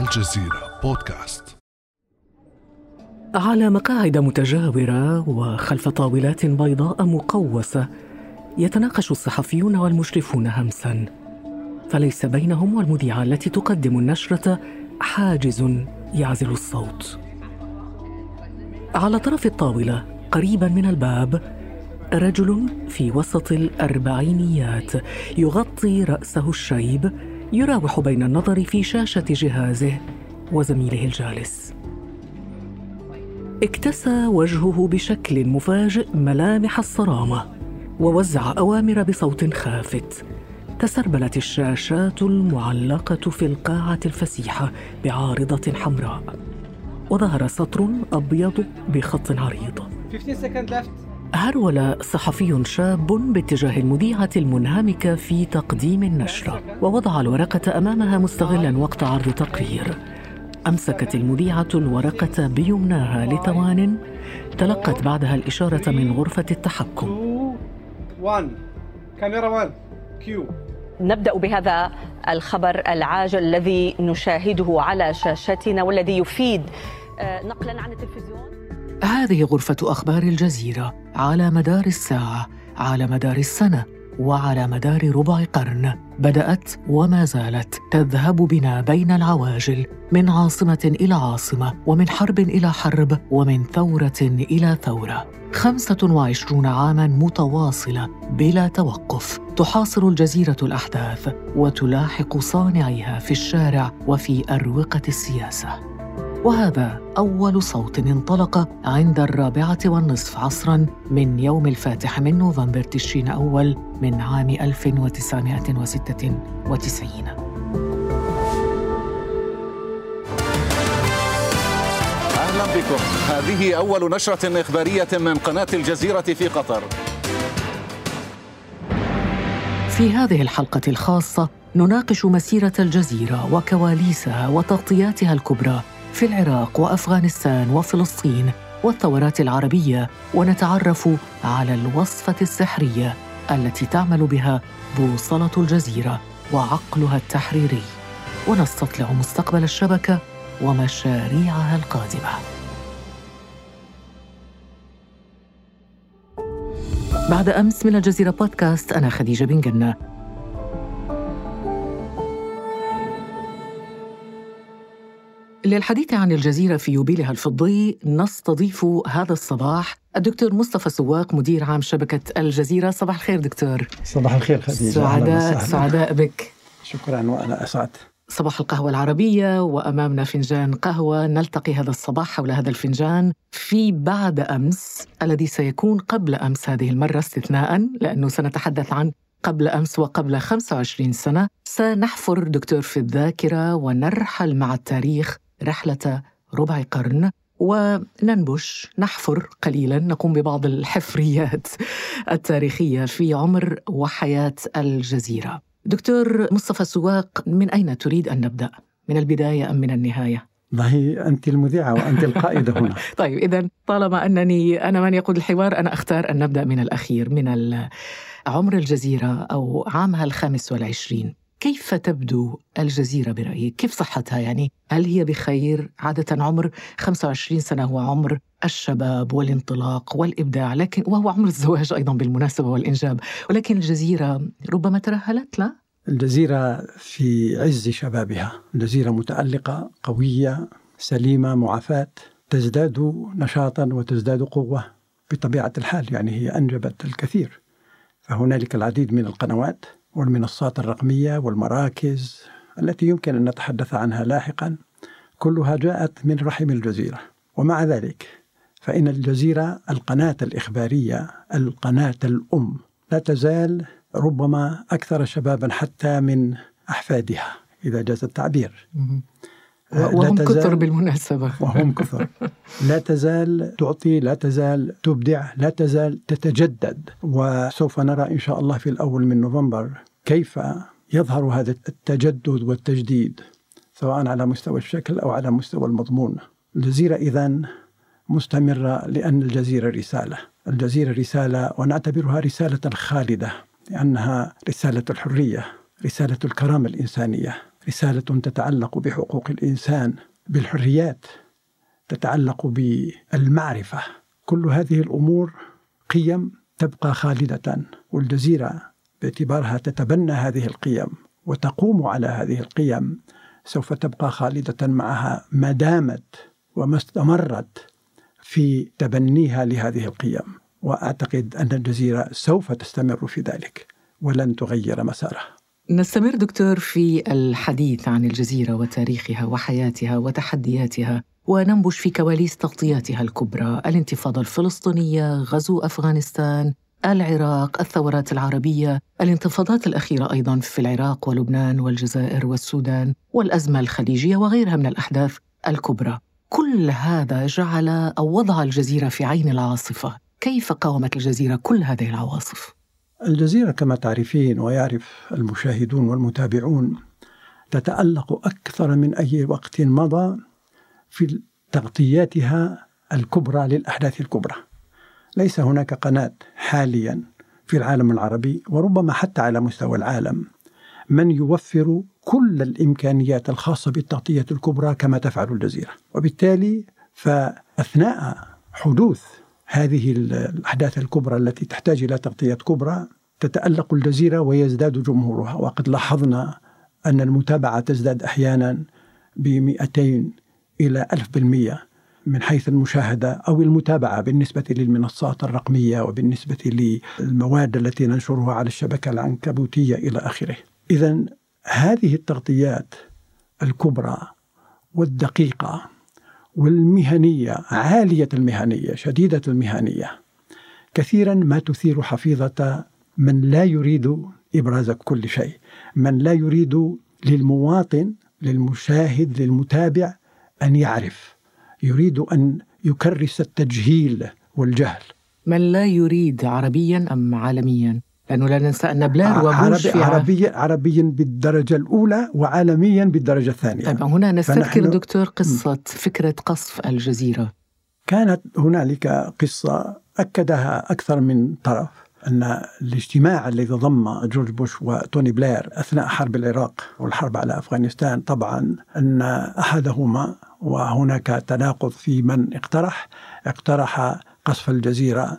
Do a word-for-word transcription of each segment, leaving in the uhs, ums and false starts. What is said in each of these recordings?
الجزيرة بودكاست. على مقاعد متجاورة وخلف طاولات بيضاء مقوسة يتناقش الصحفيون والمشرفون همساً، فليس بينهم والمذيعة التي تقدم النشرة حاجز يعزل الصوت. على طرف الطاولة قريباً من الباب رجل في وسط الأربعينيات يغطي رأسه الشيب يراوح بين النظر في شاشة جهازه وزميله الجالس. اكتسى وجهه بشكل مفاجئ ملامح الصرامة ووزع أوامر بصوت خافت. تسربلت الشاشات المعلقة في القاعة الفسيحة بعارضة حمراء، وظهر سطر أبيض بخط عريض: هرول صحفي شاب باتجاه المذيعة المنهمكة في تقديم النشرة، ووضع الورقة أمامها مستغلاً وقت عرض تقرير. أمسكت المذيعة الورقة بيمناها لثوان، تلقت بعدها الإشارة من غرفة التحكم. نبدأ بهذا الخبر العاجل الذي نشاهده على شاشتنا والذي يفيد نقلاً عن التلفزيون. هذه غرفة أخبار الجزيرة على مدار الساعة، على مدار السنة، وعلى مدار ربع قرن. بدأت وما زالت تذهب بنا بين العواجل، من عاصمة إلى عاصمة، ومن حرب إلى حرب، ومن ثورة إلى ثورة. خمسة وعشرون عاماً متواصلة بلا توقف تحاصر الجزيرة الأحداث وتلاحق صانعيها في الشارع وفي أروقة السياسة. وهذا أول صوت انطلق عند الرابعة والنصف عصراً من يوم الفاتح من نوفمبر تشرين أول من عام ألف وتسعمائة وستة وتسعين. أهلاً بكم. هذه أول نشرة إخبارية من قناة الجزيرة في قطر. في هذه الحلقة الخاصة نناقش مسيرة الجزيرة وكواليسها وتغطياتها الكبرى في العراق وأفغانستان وفلسطين والثورات العربية، ونتعرف على الوصفة السحرية التي تعمل بها بوصلة الجزيرة وعقلها التحريري، ونستطلع مستقبل الشبكة ومشاريعها القادمة. بعد أمس من الجزيرة بودكاست، أنا خديجة بن جنة. للحديث عن الجزيرة في يوبيلها الفضي نستضيف هذا الصباح الدكتور مصطفى سواق، مدير عام شبكة الجزيرة. صباح الخير دكتور. صباح الخير خديجة. سعداء سعداء بك. شكراً وأنا أسعد. صباح القهوة العربية، وأمامنا فنجان قهوة. نلتقي هذا الصباح حول هذا الفنجان في بعد أمس الذي سيكون قبل أمس هذه المرة استثناءً، لأنه سنتحدث عن قبل أمس وقبل خمسة وعشرين سنة. سنحفر دكتور في الذاكرة ونرحل مع التاريخ رحلة ربع قرن، وننبش نحفر قليلاً، نقوم ببعض الحفريات التاريخية في عمر وحياة الجزيرة. دكتور مصطفى سواق، من أين تريد أن نبدأ؟ من البداية أم من النهاية؟ والله أنت المذيعة وأنت القائدة هنا. طيب، إذن طالما أنني أنا من يقود الحوار، أنا أختار أن نبدأ من الأخير، من عمر الجزيرة أو عامها الخامس والعشرين. كيف تبدو الجزيرة برأيك؟ كيف صحتها؟ يعني هل هي بخير؟ عادة عمر خمسة وعشرين سنة هو عمر الشباب والانطلاق والإبداع، لكن وهو عمر الزواج أيضاً بالمناسبة والإنجاب، ولكن الجزيرة ربما ترهلت. لا، الجزيرة في عز شبابها، الجزيرة متألقة، قوية، سليمة، معافاة، تزداد نشاطاً وتزداد قوة بطبيعة الحال. يعني هي أنجبت الكثير، فهنالك العديد من القنوات والمنصات الرقمية والمراكز التي يمكن أن نتحدث عنها لاحقاً، كلها جاءت من رحم الجزيرة. ومع ذلك فإن الجزيرة القناة الإخبارية، القناة الأم، لا تزال ربما أكثر شباباً حتى من أحفادها إذا جاز التعبير. وهم كثر بالمناسبة. وهم كثر. لا تزال تعطي، لا تزال تبدع، لا تزال تتجدد. وسوف نرى إن شاء الله في الأول من نوفمبر كيف يظهر هذا التجدد والتجديد، سواء على مستوى الشكل أو على مستوى المضمون. الجزيرة إذن مستمرة، لأن الجزيرة رسالة. الجزيرة رسالة، ونعتبرها رسالة خالدة، لأنها رسالة الحرية، رسالة الكرامة الإنسانية. رسالة تتعلق بحقوق الإنسان، بالحريات، تتعلق بالمعرفة. كل هذه الأمور قيم تبقى خالدة، والجزيرة باعتبارها تتبنى هذه القيم وتقوم على هذه القيم سوف تبقى خالدة معها ما دامت وما استمرت في تبنيها لهذه القيم. وأعتقد أن الجزيرة سوف تستمر في ذلك ولن تغير مسارها. نستمر دكتور في الحديث عن الجزيرة وتاريخها وحياتها وتحدياتها، وننبش في كواليس تغطياتها الكبرى: الانتفاضة الفلسطينية، غزو أفغانستان، العراق، الثورات العربية، الانتفاضات الأخيرة أيضاً في العراق ولبنان والجزائر والسودان، والأزمة الخليجية وغيرها من الأحداث الكبرى. كل هذا جعل أو وضع الجزيرة في عين العاصفة. كيف قاومت الجزيرة كل هذه العواصف؟ الجزيرة كما تعرفين ويعرف المشاهدون والمتابعون تتألق أكثر من أي وقت مضى في تغطياتها الكبرى للأحداث الكبرى. ليس هناك قناة حاليا في العالم العربي وربما حتى على مستوى العالم من يوفر كل الإمكانيات الخاصة بالتغطية الكبرى كما تفعل الجزيرة. وبالتالي فأثناء حدوث هذه الأحداث الكبرى التي تحتاج إلى تغطية كبرى تتألق الجزيرة ويزداد جمهورها. وقد لاحظنا أن المتابعة تزداد أحيانا بمئتين إلى ألف بالمئة من حيث المشاهدة أو المتابعة بالنسبة للمنصات الرقمية وبالنسبة للمواد التي ننشرها على الشبكة العنكبوتية إلى آخره. إذن هذه التغطيات الكبرى والدقيقة والمهنية، عالية المهنية، شديدة المهنية، كثيرا ما تثير حفيظة من لا يريد إبراز كل شيء، من لا يريد للمواطن، للمشاهد، للمتابع أن يعرف، يريد أن يكرس التجهيل والجهل. من لا يريد عربيا أم عالميا؟ لأنه لا ننسى أن بلير وبوش عربي عربيا عربيا بالدرجة الأولى وعالميا بالدرجة الثانية. طيب هنا نستذكر دكتور قصة فكرة قصف الجزيرة. كانت هنالك قصة أكدها أكثر من طرف، أن الاجتماع الذي ضم جورج بوش وتوني بلير أثناء حرب العراق والحرب على أفغانستان، طبعا أن أحدهما، وهناك تناقض في من اقترح اقترح قصف الجزيرة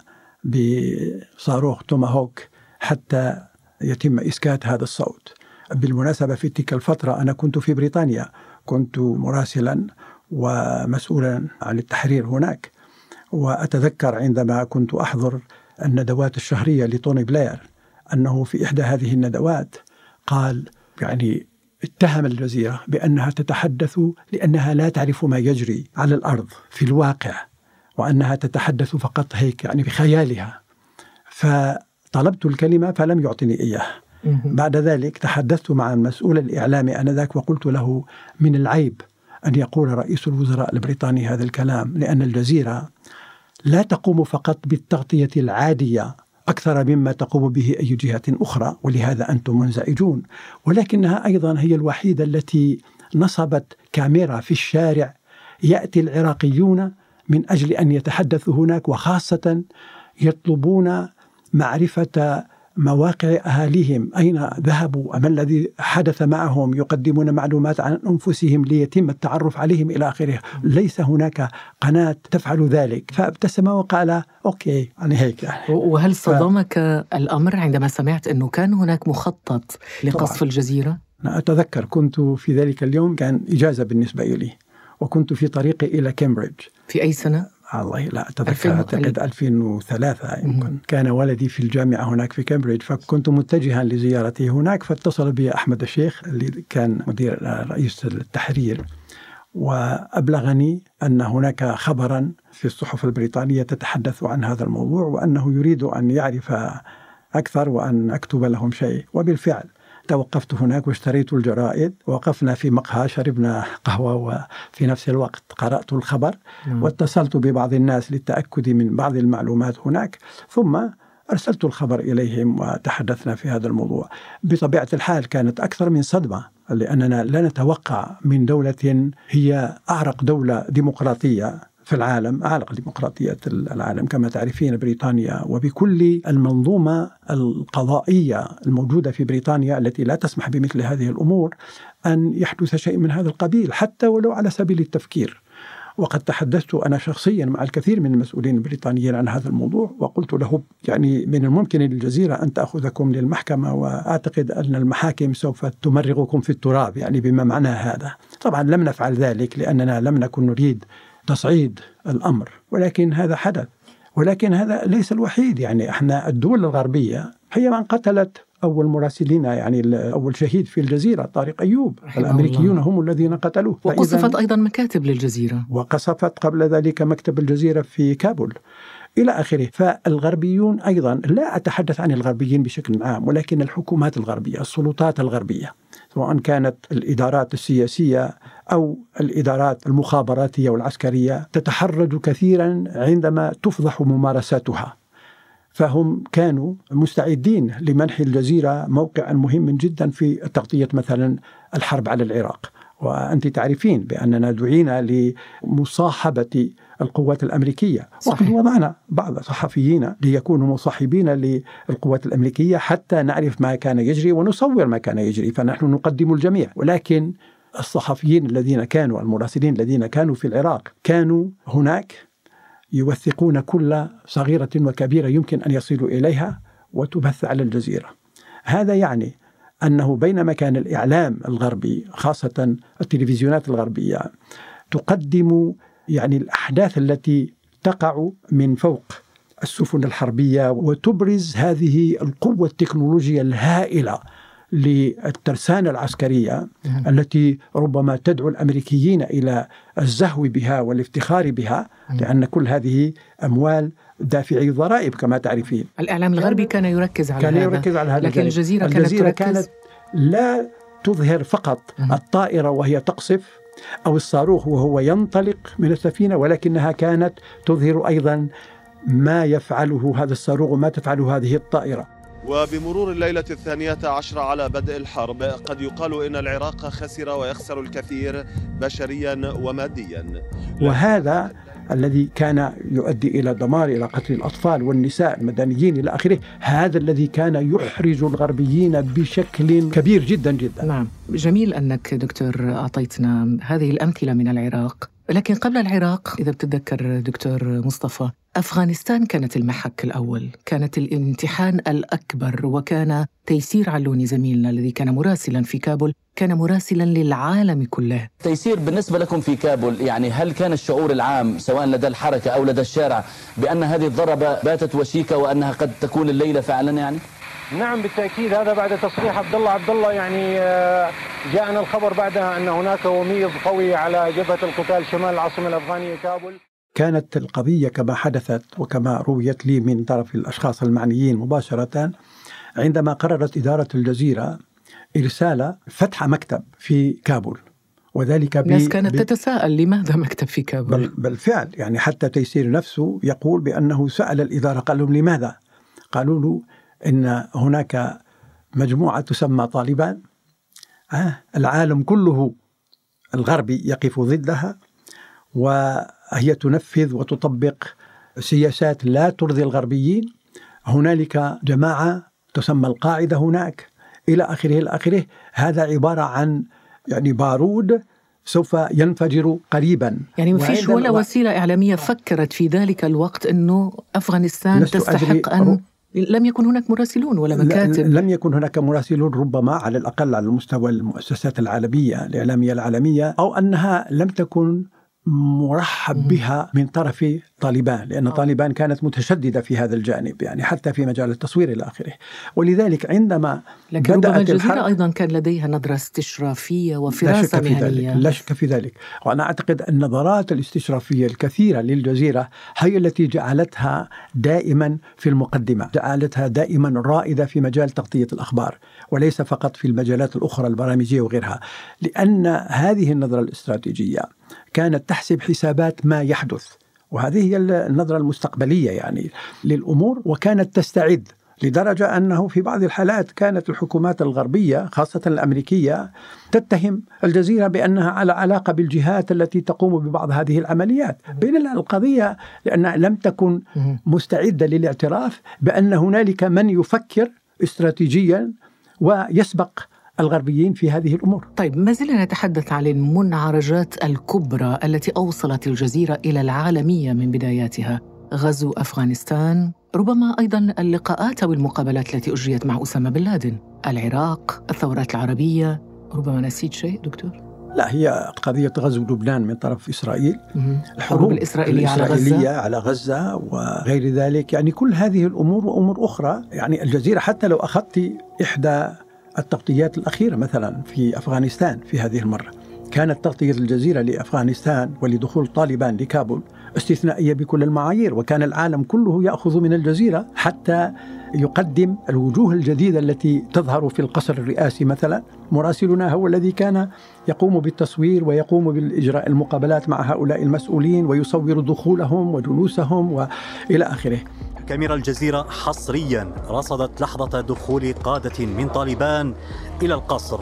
بصاروخ توماهوك حتى يتم إسكات هذا الصوت. بالمناسبة في تلك الفترة أنا كنت في بريطانيا، كنت مراسلا ومسؤولا عن التحرير هناك، وأتذكر عندما كنت أحضر الندوات الشهرية لتوني بلير أنه في إحدى هذه الندوات قال، يعني اتهم الجزيرة بأنها تتحدث لأنها لا تعرف ما يجري على الأرض في الواقع، وأنها تتحدث فقط هيك يعني بخيالها. فطلبت الكلمة فلم يعطني إياها. بعد ذلك تحدثت مع المسؤول الإعلامي آنذاك وقلت له من العيب أن يقول رئيس الوزراء البريطاني هذا الكلام، لأن الجزيرة لا تقوم فقط بالتغطية العادية أكثر مما تقوم به أي جهة أخرى، ولهذا أنتم منزعجون، ولكنها أيضا هي الوحيدة التي نصبت كاميرا في الشارع يأتي العراقيون من أجل أن يتحدثوا هناك، وخاصة يطلبون معرفة مواقع أهاليهم، أين ذهبوا، ما الذي حدث معهم، يقدمون معلومات عن أنفسهم ليتم التعرف عليهم إلى آخره. ليس هناك قناة تفعل ذلك. فابتسم وقال أوكي، يعني هيك. وهل صدمك ف... الأمر عندما سمعت أنه كان هناك مخطط لقصف طبعا. الجزيرة؟ أنا أتذكر كنت في ذلك اليوم، كان إجازة بالنسبة لي، وكنت في طريقي إلى كامبريدج. في أي سنة؟ الله لا أتذكر، أعتقد ألفين وثلاثة يمكن. كان ولدي في الجامعة هناك في كامبريدج، فكنت متجها لزيارته هناك، فاتصل بي أحمد الشيخ اللي كان مدير رئيس التحرير، وأبلغني أن هناك خبرا في الصحف البريطانية تتحدث عن هذا الموضوع، وأنه يريد أن يعرف أكثر وأن أكتب لهم شيء. وبالفعل توقفت هناك واشتريت الجرائد، وقفنا في مقهى شربنا قهوة، وفي نفس الوقت قرأت الخبر واتصلت ببعض الناس للتأكد من بعض المعلومات هناك، ثم أرسلت الخبر إليهم وتحدثنا في هذا الموضوع. بطبيعة الحال كانت أكثر من صدمة، لأننا لا نتوقع من دولة هي أعرق دولة ديمقراطية في العالم، أعرق ديمقراطية العالم كما تعرفين بريطانيا، وبكل المنظومة القضائية الموجودة في بريطانيا التي لا تسمح بمثل هذه الأمور، أن يحدث شيء من هذا القبيل حتى ولو على سبيل التفكير. وقد تحدثت أنا شخصيا مع الكثير من المسؤولين البريطانيين عن هذا الموضوع، وقلت له يعني من الممكن للجزيرة أن تأخذكم للمحكمة، وأعتقد أن المحاكم سوف تمرغكم في التراب، يعني بما معنى هذا. طبعا لم نفعل ذلك لأننا لم نكن نريد تصعيد الأمر، ولكن هذا حدث. ولكن هذا ليس الوحيد، يعني احنا الدول الغربية هي من قتلت أول مراسلين، يعني أول شهيد في الجزيرة طارق أيوب، الأمريكيون هم الذين قتلوه. وقصفت أيضا مكاتب للجزيرة، وقصفت قبل ذلك مكتب الجزيرة في كابول إلى آخره. فالغربيون أيضا، لا أتحدث عن الغربيين بشكل عام، ولكن الحكومات الغربية، السلطات الغربية، سواء كانت الإدارات السياسية أو الإدارات المخابراتية والعسكرية، تتحرج كثيرا عندما تفضح ممارساتها. فهم كانوا مستعدين لمنح الجزيرة موقعا مهما جدا في تغطية مثلا الحرب على العراق. وأنت تعرفين بأننا دعينا لمصاحبة القوات الأمريكية، وقد وضعنا بعض صحفيين ليكونوا مصاحبين للقوات الأمريكية حتى نعرف ما كان يجري ونصور ما كان يجري، فنحن نقدم الجميع. ولكن الصحفيين الذين كانوا، المراسلين الذين كانوا في العراق، كانوا هناك يوثقون كل صغيرة وكبيرة يمكن أن يصلوا إليها وتبث على الجزيرة. هذا يعني أنه بينما كان الإعلام الغربي، خاصة التلفزيونات الغربية، تقدم يعني الأحداث التي تقع من فوق السفن الحربية وتبرز هذه القوة التكنولوجية الهائلة للترسانة العسكرية التي ربما تدعو الأمريكيين إلى الزهو بها والافتخار بها، لأن كل هذه أموال دافعي الضرائب كما تعرفين. الإعلام الغربي كان يركز على كان هذا، يركز على هذا، لكن الجزيرة, الجزيرة كانت, كانت لا تظهر فقط الطائرة وهي تقصف أو الصاروخ وهو ينطلق من السفينة، ولكنها كانت تظهر أيضا ما يفعله هذا الصاروخ وما تفعله هذه الطائرة. وبمرور الليلة الثانية عشر على بدء الحرب، قد يقال إن العراق خسر ويخسر الكثير بشريا وماديا، وهذا الذي كان يؤدي إلى دمار، إلى قتل الأطفال والنساء المدنيين إلى آخره. هذا الذي كان يحرج الغربيين بشكل كبير جدا جدا. نعم، جميل أنك دكتور أعطيتنا هذه الأمثلة من العراق. لكن قبل العراق، إذا بتتذكر دكتور مصطفى، أفغانستان كانت المحك الأول، كانت الامتحان الأكبر، وكان تيسير علوني زميلنا الذي كان مراسلا في كابول كان مراسلا للعالم كله. تيسير، بالنسبة لكم في كابول، يعني هل كان الشعور العام سواء لدى الحركة أو لدى الشارع بأن هذه الضربة باتت وشيكة وأنها قد تكون الليلة فعلا؟ يعني نعم بالتأكيد، هذا بعد تصريح عبد الله عبد الله. يعني جاءنا الخبر بعدها أن هناك وميض قوي على جبهة القتال شمال العاصمة الأفغانية كابول. كانت القضية كما حدثت وكما رويت لي من طرف الأشخاص المعنيين مباشرة، عندما قررت إدارة الجزيرة إرسال فتح مكتب في كابول، وذلك الناس كانت ب... تتساءل لماذا مكتب في كابول؟ بل... بالفعل، يعني حتى تيسير نفسه يقول بأنه سأل الإدارة، قال لهم لماذا؟ قالوا له إن هناك مجموعة تسمى طالبان، آه العالم كله الغربي يقف ضدها، وهي تنفذ وتطبق سياسات لا ترضي الغربيين. هنالك جماعة تسمى القاعدة هناك إلى آخره إلى آخره. هذا عبارة عن يعني بارود سوف ينفجر قريبا. يعني ما فيش ولا وسيلة إعلامية فكرت في ذلك الوقت أنه أفغانستان تستحق أن لم يكن هناك مراسلون ولا مكاتب؟ لم يكن هناك مراسلون، ربما على الأقل على مستوى المؤسسات العالمية الإعلامية العالمية، أو أنها لم تكن مرحب بها من طرف طالبان، لأن طالبان كانت متشددة في هذا الجانب، يعني حتى في مجال التصوير إلى آخره. ولذلك عندما لكن ربما الجزيرة أيضا كان لديها نظرة استشرافية وفراسة مهنية. لا شك في ذلك. وأنا أعتقد أن النظرات الاستشرافية الكثيرة للجزيرة هي التي جعلتها دائما في المقدمة، جعلتها دائما رائدة في مجال تغطية الأخبار، وليس فقط في المجالات الأخرى البرامجية وغيرها، لأن هذه النظرة الاستراتيجية كانت تحسب حسابات ما يحدث، وهذه هي النظرة المستقبلية يعني للأمور، وكانت تستعد لدرجة أنه في بعض الحالات كانت الحكومات الغربية خاصة الأمريكية تتهم الجزيرة بأنها على علاقة بالجهات التي تقوم ببعض هذه العمليات. بين القضية لأنها لم تكن مستعدة للاعتراف بأن هنالك من يفكر استراتيجيا ويسبق الغربيين في هذه الأمور. طيب، ما زلنا نتحدث عن المنعرجات الكبرى التي أوصلت الجزيرة إلى العالمية من بداياتها، غزو أفغانستان، ربما أيضاً اللقاءات أو المقابلات التي أجريت مع أسامة بن لادن، العراق، الثورات العربية. ربما نسيت شيء دكتور؟ لا، هي قضية غزو لبنان من طرف إسرائيل، الحروب الإسرائيلية, الإسرائيلية على, على غزة وغير ذلك، يعني كل هذه الأمور وأمور أخرى. يعني الجزيرة حتى لو أخذت إحدى التغطيات الأخيرة مثلا في أفغانستان في هذه المرة، كانت تغطية الجزيرة لأفغانستان ولدخول طالبان لكابول استثنائية بكل المعايير، وكان العالم كله يأخذ من الجزيرة حتى يقدم الوجوه الجديدة التي تظهر في القصر الرئاسي مثلا. مراسلنا هو الذي كان يقوم بالتصوير ويقوم بالإجراء المقابلات مع هؤلاء المسؤولين ويصور دخولهم وجلوسهم وإلى آخره. كاميرا الجزيرة حصريا رصدت لحظة دخول قادة من طالبان إلى القصر.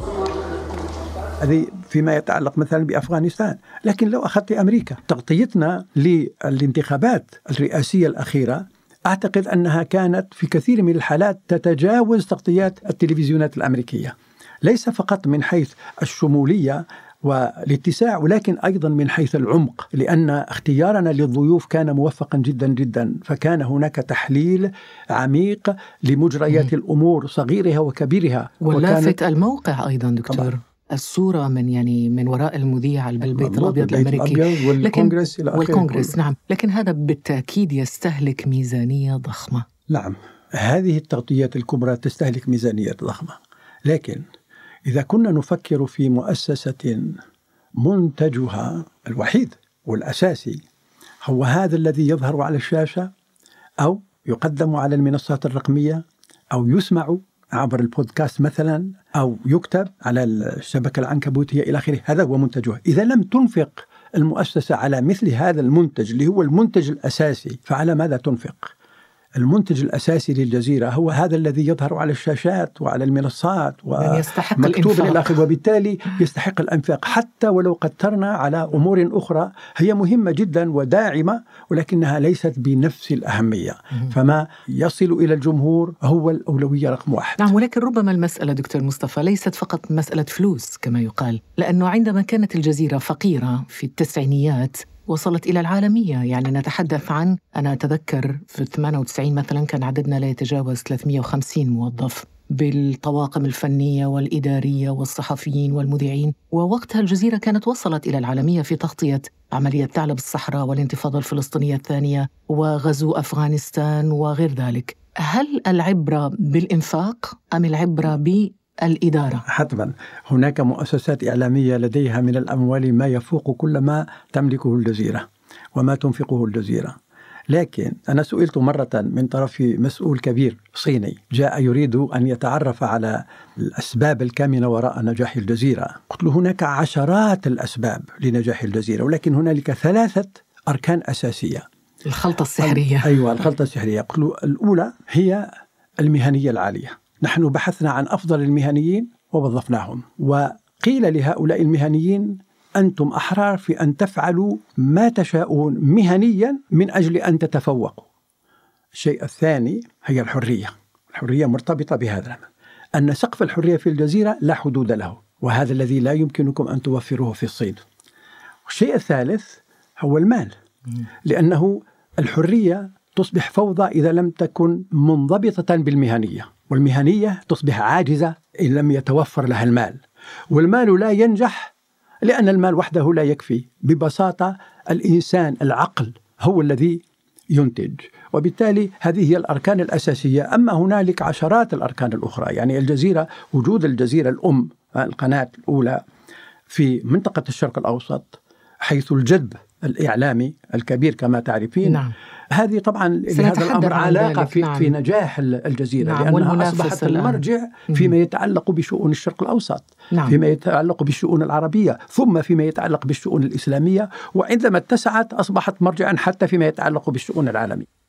هذه فيما يتعلق مثلا بأفغانستان. لكن لو أخذت أمريكا، تغطيتنا للانتخابات الرئاسية الأخيرة أعتقد أنها كانت في كثير من الحالات تتجاوز تغطيات التلفزيونات الأمريكية، ليس فقط من حيث الشمولية والاتساع، ولكن أيضا من حيث العمق، لأن اختيارنا للضيوف كان موفقا جدا جدا، فكان هناك تحليل عميق لمجريات الأمور صغيرها وكبيرها. ولافت الموقع أيضا دكتور طبعا. الصورة من يعني من وراء المذيع البيت الأبيض الأمريكي والكونغرس إلى والكونغرس نعم، لكن هذا بالتأكيد يستهلك ميزانية ضخمة. نعم، هذه التغطيات الكبرى تستهلك ميزانية ضخمة، لكن إذا كنا نفكر في مؤسسة منتجها الوحيد والأساسي هو هذا الذي يظهر على الشاشة أو يقدم على المنصات الرقمية أو يسمع عبر البودكاست مثلا أو يكتب على الشبكة العنكبوتية إلى آخره، هذا هو منتجها. إذا لم تنفق المؤسسة على مثل هذا المنتج اللي هو المنتج الأساسي، فعلى ماذا تنفق؟ المنتج الأساسي للجزيرة هو هذا الذي يظهر على الشاشات وعلى المنصات ومكتوب إلى آخره، وبالتالي يستحق الإنفاق حتى ولو قدرنا على أمور أخرى هي مهمة جدا وداعمة، ولكنها ليست بنفس الأهمية. فما يصل إلى الجمهور هو الأولوية رقم واحد. نعم، ولكن ربما المسألة دكتور مصطفى ليست فقط مسألة فلوس كما يقال، لأنه عندما كانت الجزيرة فقيرة في التسعينيات وصلت إلى العالمية. يعني نتحدث عن، أنا أتذكر في ثمانية وتسعين مثلا كان عددنا لا يتجاوز ثلاثمئة وخمسين موظف بالطواقم الفنية والإدارية والصحفيين والمذيعين، ووقتها الجزيرة كانت وصلت إلى العالمية في تغطية عملية ثعلب الصحراء والانتفاضة الفلسطينية الثانية وغزو أفغانستان وغير ذلك. هل العبرة بالإنفاق أم العبرة ب الإدارة؟ حتما هناك مؤسسات إعلامية لديها من الأموال ما يفوق كل ما تملكه الجزيرة وما تنفقه الجزيرة. لكن أنا سئلت مرة من طرف مسؤول كبير صيني جاء يريد أن يتعرف على الأسباب الكامنة وراء نجاح الجزيرة. قلت له هناك عشرات الأسباب لنجاح الجزيرة، ولكن هنالك ثلاثة أركان أساسية. الخلطة السحرية. أيوة، الخلطة السحرية. قلت له الأولى هي المهنية العالية. نحن بحثنا عن أفضل المهنيين ووظفناهم، وقيل لهؤلاء المهنيين أنتم أحرار في أن تفعلوا ما تشاءون مهنيا من أجل أن تتفوقوا. الشيء الثاني هي الحرية. الحرية مرتبطة بهذا، أن سقف الحرية في الجزيرة لا حدود له، وهذا الذي لا يمكنكم أن توفروه في الصين. والشيء الثالث هو المال، لأنه الحرية تصبح فوضى إذا لم تكن منضبطة بالمهنية، والمهنية تصبح عاجزة إن لم يتوفر لها المال، والمال لا ينجح لأن المال وحده لا يكفي. ببساطة الإنسان العقل هو الذي ينتج، وبالتالي هذه هي الأركان الأساسية. أما هنالك عشرات الأركان الأخرى. يعني الجزيرة، وجود الجزيرة الأم القناة الأولى في منطقة الشرق الأوسط حيث الجذب الإعلامي الكبير كما تعرفين، نعم. هذه طبعا لهذا الأمر علاقة في, نعم. في نجاح الجزيرة، نعم. لأنها أصبحت المرجع فيما يتعلق بشؤون الشرق الأوسط، نعم. فيما يتعلق بالشؤون العربية، ثم فيما يتعلق بالشؤون الإسلامية، وعندما اتسعت أصبحت مرجعا حتى فيما يتعلق بالشؤون العالمية.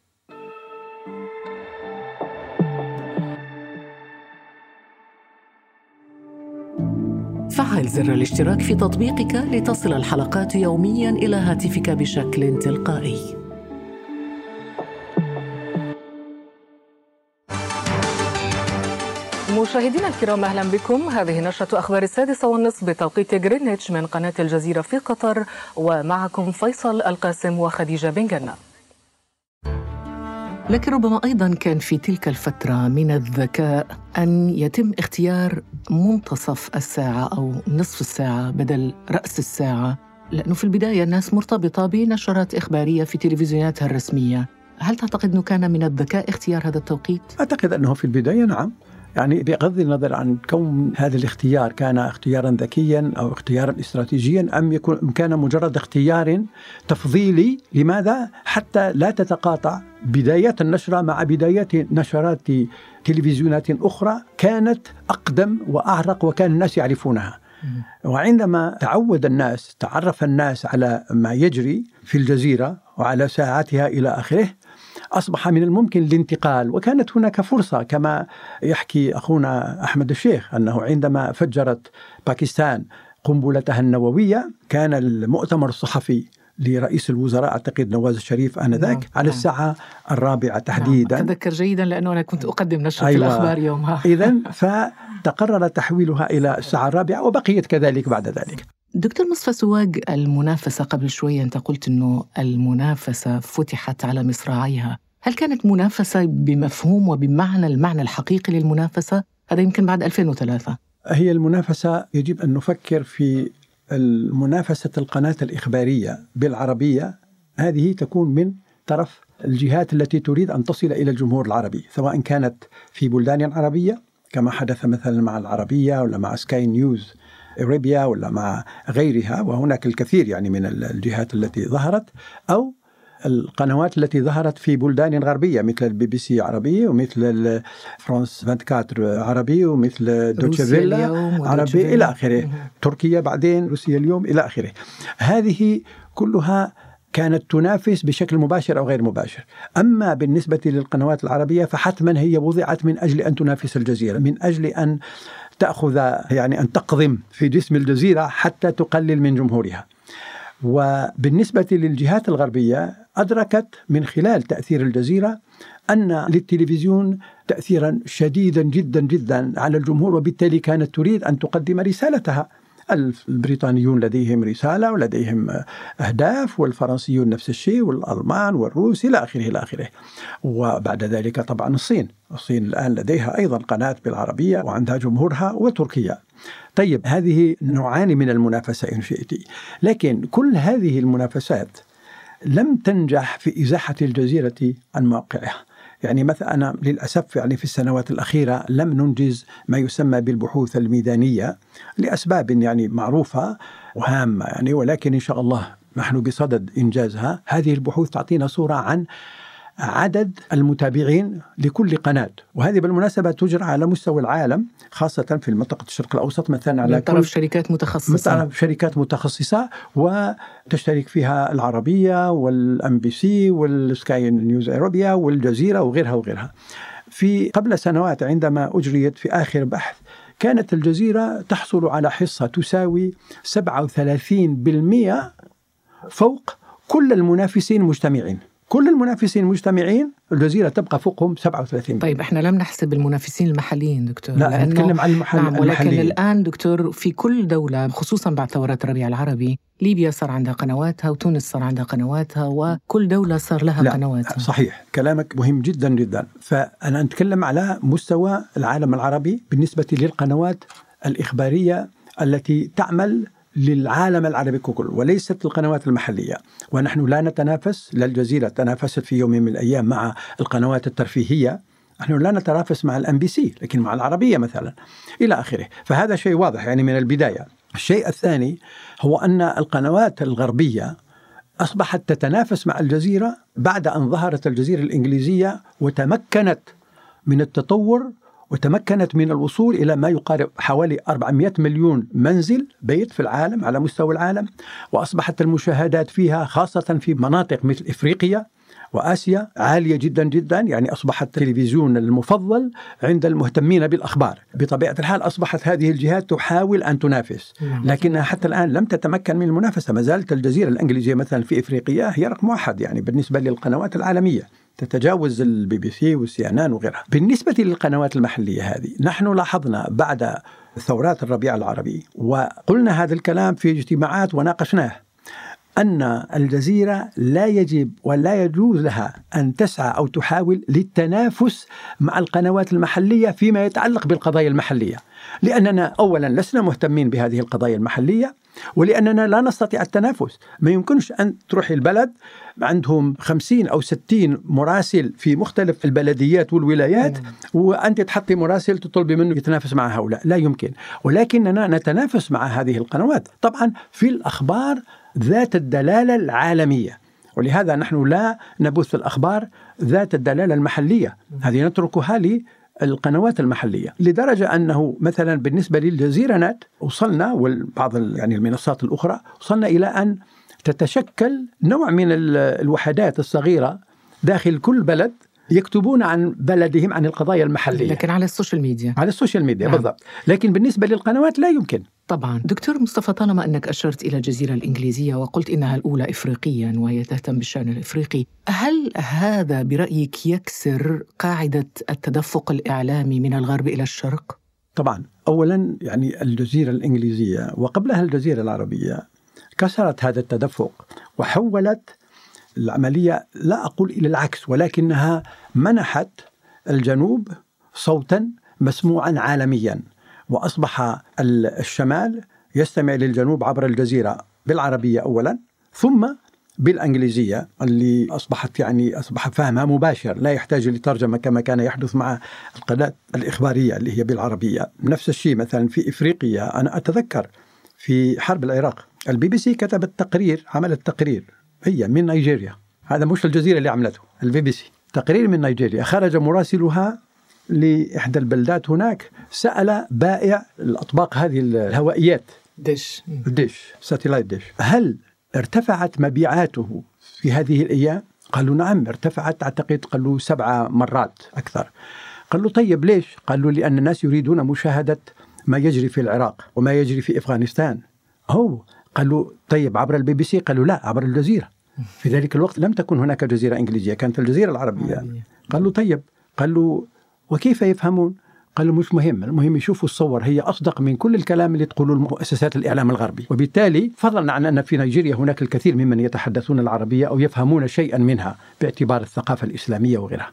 فعل زر الاشتراك في تطبيقك لتصل الحلقات يومياً إلى هاتفك بشكل تلقائي. مشاهدينا الكرام، أهلا بكم. هذه نشرة أخبار السادسة والنصف بتوقيت غرينتش من قناة الجزيرة في قطر، ومعكم فيصل القاسم وخديجة بن جنة. لكن ربما أيضا كان في تلك الفترة من الذكاء أن يتم اختيار منتصف الساعة أو نصف الساعة بدل رأس الساعة، لأنه في البداية الناس مرتبطة بنشرات إخبارية في تلفزيوناتها الرسمية. هل تعتقد أنه كان من الذكاء اختيار هذا التوقيت؟ أعتقد أنه في البداية نعم، يعني بغض النظر عن كون هذا الاختيار كان اختيارا ذكيا أو اختيارا استراتيجيا أم يكون كان مجرد اختيار تفضيلي. لماذا؟ حتى لا تتقاطع بدايات النشرة مع بدايات نشرات تلفزيونات أخرى كانت أقدم وأعرق وكان الناس يعرفونها. وعندما تعود الناس تعرف الناس على ما يجري في الجزيرة وعلى ساعاتها إلى آخره، أصبح من الممكن الانتقال. وكانت هناك فرصة كما يحكي أخونا أحمد الشيخ أنه عندما فجرت باكستان قنبلتها النووية كان المؤتمر الصحفي لرئيس الوزراء أعتقد نواز الشريف آنذاك نعم. على الساعة الرابعة تحديدا. نعم. أتذكر جيدا لأنه أنا كنت أقدم نشرة أيوة. الأخبار يومها. إذن فتقرر تحويلها إلى الساعة الرابعة وبقيت كذلك بعد ذلك. دكتور مصطفى سواق، المنافسة قبل شوية أنت قلت أنه المنافسة فتحت على مصراعيها. هل كانت منافسة بمفهوم وبمعنى المعنى الحقيقي للمنافسة؟ هذا يمكن بعد ألفين وثلاثة. هي المنافسة يجب أن نفكر في المنافسة القناة الإخبارية بالعربية، هذه تكون من طرف الجهات التي تريد أن تصل إلى الجمهور العربي، سواء كانت في بلدان عربية كما حدث مثلا مع العربية ولا مع سكاي نيوز أرابيا ولا مع غيرها، وهناك الكثير يعني من الجهات التي ظهرت، أو القنوات التي ظهرت في بلدان غربية مثل البي بي سي عربي ومثل فرانس أربعة وعشرين عربي ومثل دوتشي فيلا عربي إلى آخره، تركيا بعدين روسيا اليوم إلى آخره. هذه كلها كانت تنافس بشكل مباشر أو غير مباشر. أما بالنسبة للقنوات العربية فحتما هي وضعت من أجل أن تنافس الجزيرة، من أجل أن تأخذ يعني أن تقضم في جسم الجزيرة حتى تقلل من جمهورها. وبالنسبة للجهات الغربية أدركت من خلال تأثير الجزيرة أن للتلفزيون تأثيرا شديدا جدا جدا على الجمهور، وبالتالي كانت تريد أن تقدم رسالتها. البريطانيون لديهم رسالة ولديهم أهداف، والفرنسيون نفس الشيء، والألمان والروس إلى آخره إلى آخره. وبعد ذلك طبعا الصين الصين الآن لديها أيضا قناة بالعربية وعندها جمهورها، وتركيا. طيب هذه نوعان من المنافسة إن شئت، لكن كل هذه المنافسات لم تنجح في إزاحة الجزيرة عن موقعها. يعني مثلا أنا للأسف يعني في السنوات الأخيرة لم ننجز ما يسمى بالبحوث الميدانية لأسباب يعني معروفة وهامة يعني، ولكن إن شاء الله نحن بصدد إنجازها. هذه البحوث تعطينا صورة عن عدد المتابعين لكل قناة، وهذه بالمناسبة تجرى على مستوى العالم، خاصة في المنطقة الشرق الأوسط مثلا على من طرف شركات متخصصة من طرف شركات متخصصة وتشترك فيها العربية والأم بي سي والسكاي نيوز أرابيا والجزيرة وغيرها وغيرها. في قبل سنوات عندما أجريت في آخر بحث كانت الجزيرة تحصل على حصة تساوي سبعة وثلاثين بالمئة فوق كل المنافسين مجتمعين. كل المنافسين مجتمعين الجزيرة تبقى فوقهم سبعة وثلاثين. طيب احنا لم نحسب المنافسين المحليين دكتور، لا نتكلم عن المحل نعم، ولكن المحليين. الآن دكتور في كل دولة خصوصا بعد ثورة الربيع العربي، ليبيا صار عندها قنواتها وتونس صار عندها قنواتها وكل دولة صار لها لا قنواتها. صحيح كلامك مهم جدا جدا. فأنا أتكلم على مستوى العالم العربي بالنسبة للقنوات الإخبارية التي تعمل للعالم العربي ككل وليست القنوات المحلية. ونحن لا نتنافس، لا الجزيرة تنافست في يوم من الأيام مع القنوات الترفيهية، نحن لا نتنافس مع الأم بي سي لكن مع العربية مثلا إلى آخره. فهذا شيء واضح يعني من البداية. الشيء الثاني هو أن القنوات الغربية أصبحت تتنافس مع الجزيرة بعد أن ظهرت الجزيرة الإنجليزية وتمكنت من التطور وتمكنت من الوصول إلى ما يقارب حوالي أربعمائة مليون منزل بيت في العالم على مستوى العالم، وأصبحت المشاهدات فيها خاصة في مناطق مثل إفريقيا وآسيا عالية جدا جدا، يعني أصبح التلفزيون المفضل عند المهتمين بالأخبار. بطبيعة الحال أصبحت هذه الجهات تحاول أن تنافس، لكنها حتى الآن لم تتمكن من المنافسة. ما زالت الجزيرة الإنجليزية مثلا في إفريقيا هي رقم واحد يعني بالنسبة للقنوات العالمية، تتجاوز البي بي سي والسي ان ان وغيرها. بالنسبة للقنوات المحلية هذه، نحن لاحظنا بعد ثورات الربيع العربي، وقلنا هذا الكلام في اجتماعات وناقشناه، أن الجزيرة لا يجب ولا يجوز لها أن تسعى أو تحاول للتنافس مع القنوات المحلية فيما يتعلق بالقضايا المحلية، لأننا أولا لسنا مهتمين بهذه القضايا المحلية، ولأننا لا نستطيع التنافس. ما يمكنش أن تروح البلد عندهم خمسين أو ستين مراسل في مختلف البلديات والولايات وأنت تحطي مراسل تطلبي منه يتنافس مع هؤلاء، لا يمكن. ولكننا نتنافس مع هذه القنوات طبعا في الأخبار ذات الدلالة العالمية، ولهذا نحن لا نبث الأخبار ذات الدلالة المحلية، هذه نتركها للقنوات المحلية. لدرجة أنه مثلا بالنسبة للجزيرة نت وصلنا وبعض يعني المنصات الأخرى وصلنا إلى أن تتشكل نوع من الوحدات الصغيرة داخل كل بلد يكتبون عن بلدهم عن القضايا المحلية، لكن على السوشيال ميديا على السوشيال ميديا نعم. بالضبط. لكن بالنسبة للقنوات لا يمكن. طبعا دكتور مصطفى، طالما أنك أشرت إلى الجزيرة الإنجليزية وقلت إنها الأولى إفريقيا وهي تهتم بالشأن الإفريقي، هل هذا برأيك يكسر قاعدة التدفق الإعلامي من الغرب إلى الشرق؟ طبعا أولا يعني الجزيرة الإنجليزية وقبلها الجزيرة العربية كسرت هذا التدفق وحولت العملية، لا أقول إلى العكس، ولكنها منحت الجنوب صوتا مسموعا عالميا، وأصبح الشمال يستمع للجنوب عبر الجزيرة بالعربية أولا ثم بالإنجليزية اللي أصبحت يعني أصبح فهمها مباشر لا يحتاج لترجمة كما كان يحدث مع القناة الإخبارية اللي هي بالعربية. نفس الشيء مثلا في إفريقيا، أنا أتذكر في حرب العراق البي بي سي كتبت تقرير، عملت تقرير هي من نيجيريا، هذا مش الجزيرة اللي عملته، البي بي سي تقرير من نيجيريا، خرج مراسلها لإحدى البلدات هناك، سأل بائع الأطباق هذه الهوائيات ديش ديش ساتلايت ديش، هل ارتفعت مبيعاته في هذه الأيام؟ قالوا نعم ارتفعت، أعتقد قالوا سبع مرات أكثر. قالوا طيب ليش؟ قالوا لأن الناس يريدون مشاهدة ما يجري في العراق وما يجري في أفغانستان. هو قالوا طيب عبر البي بي سي؟ قالوا لا، عبر الجزيرة. في ذلك الوقت لم تكن هناك جزيرة إنجليزية، كانت الجزيرة العربية. قالوا طيب، قالوا وكيف يفهمون؟ قالوا مش مهم، المهم يشوفوا الصور، هي أصدق من كل الكلام اللي تقوله المؤسسات الإعلام الغربي. وبالتالي فضلا عن أن في نيجيريا هناك الكثير ممن يتحدثون العربية أو يفهمون شيئا منها باعتبار الثقافة الإسلامية وغيرها.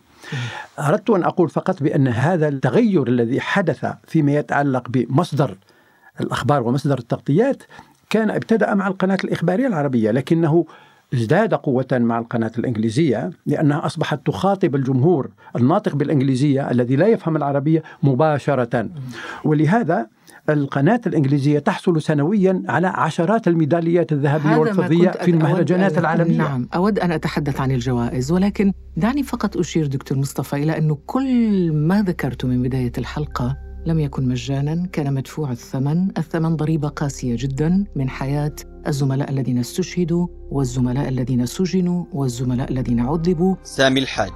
أردت أن أقول فقط بأن هذا التغير الذي حدث فيما يتعلق بمصدر الأخبار ومصدر التغطيات كان ابتدأ مع القناة الإخبارية العربية، لكنه ازداد قوة مع القناة الإنجليزية لأنها أصبحت تخاطب الجمهور الناطق بالإنجليزية الذي لا يفهم العربية مباشرة. ولهذا القناة الإنجليزية تحصل سنويا على عشرات الميداليات الذهبية والفضية في المهرجانات العالمية. نعم، أود أن أتحدث عن الجوائز، ولكن دعني فقط أشير دكتور مصطفى إلى أنه كل ما ذكرت من بداية الحلقة لم يكن مجانا، كان مدفوع الثمن، الثمن ضريبة قاسية جدا من حياة الزملاء الذين استشهدوا والزملاء الذين سجنوا والزملاء الذين عذبوا. سامي الحاج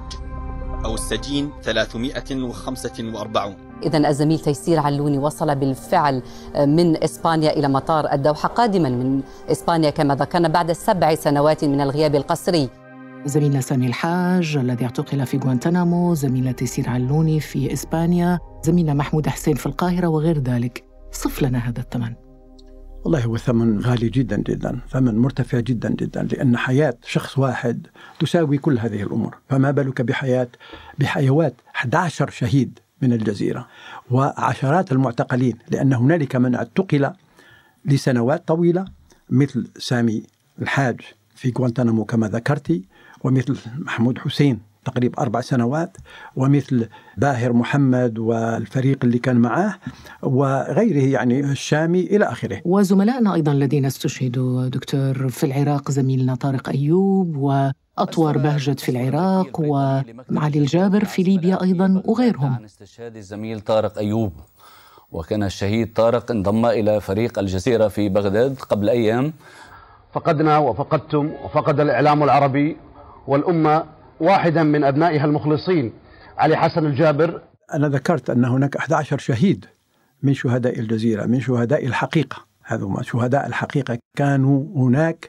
أو السجين ثلاثمائة وخمسة وأربعين. إذن الزميل تيسير علوني وصل بالفعل من إسبانيا إلى مطار الدوحة، قادما من إسبانيا كما ذكرنا بعد سبع سنوات من الغياب القسري. زميلنا سامي الحاج الذي اعتقل في غوانتنامو، زميلنا تيسير علوني في إسبانيا، زميلنا محمود حسين في القاهرة وغير ذلك. صف لنا هذا الثمن. والله هو ثمن غالي جدا جدا، ثمن مرتفع جدا جدا، لأن حياة شخص واحد تساوي كل هذه الأمور، فما بالك بحياة بحيوات أحد عشر شهيد من الجزيرة وعشرات المعتقلين، لأن هنالك من اعتقل لسنوات طويلة مثل سامي الحاج في غوانتنامو كما ذكرتي، ومثل محمود حسين تقريبا أربع سنوات، ومثل باهر محمد والفريق اللي كان معه وغيره، يعني الشامي إلى آخره. وزملائنا أيضا الذين استشهدوا دكتور في العراق، زميلنا طارق أيوب وأطور بهجت في العراق ومعالي الجابر في ليبيا أيضا وغيرهم. عن استشهاد الزميل طارق أيوب، وكان الشهيد طارق انضم إلى فريق الجزيرة في بغداد قبل أيام. فقدنا وفقدتم وفقد الإعلام العربي والأمة واحدا من أبنائها المخلصين علي حسن الجابر. أنا ذكرت أن هناك أحد عشر شهيد من شهداء الجزيرة، من شهداء الحقيقة. هذو شهداء الحقيقة كانوا هناك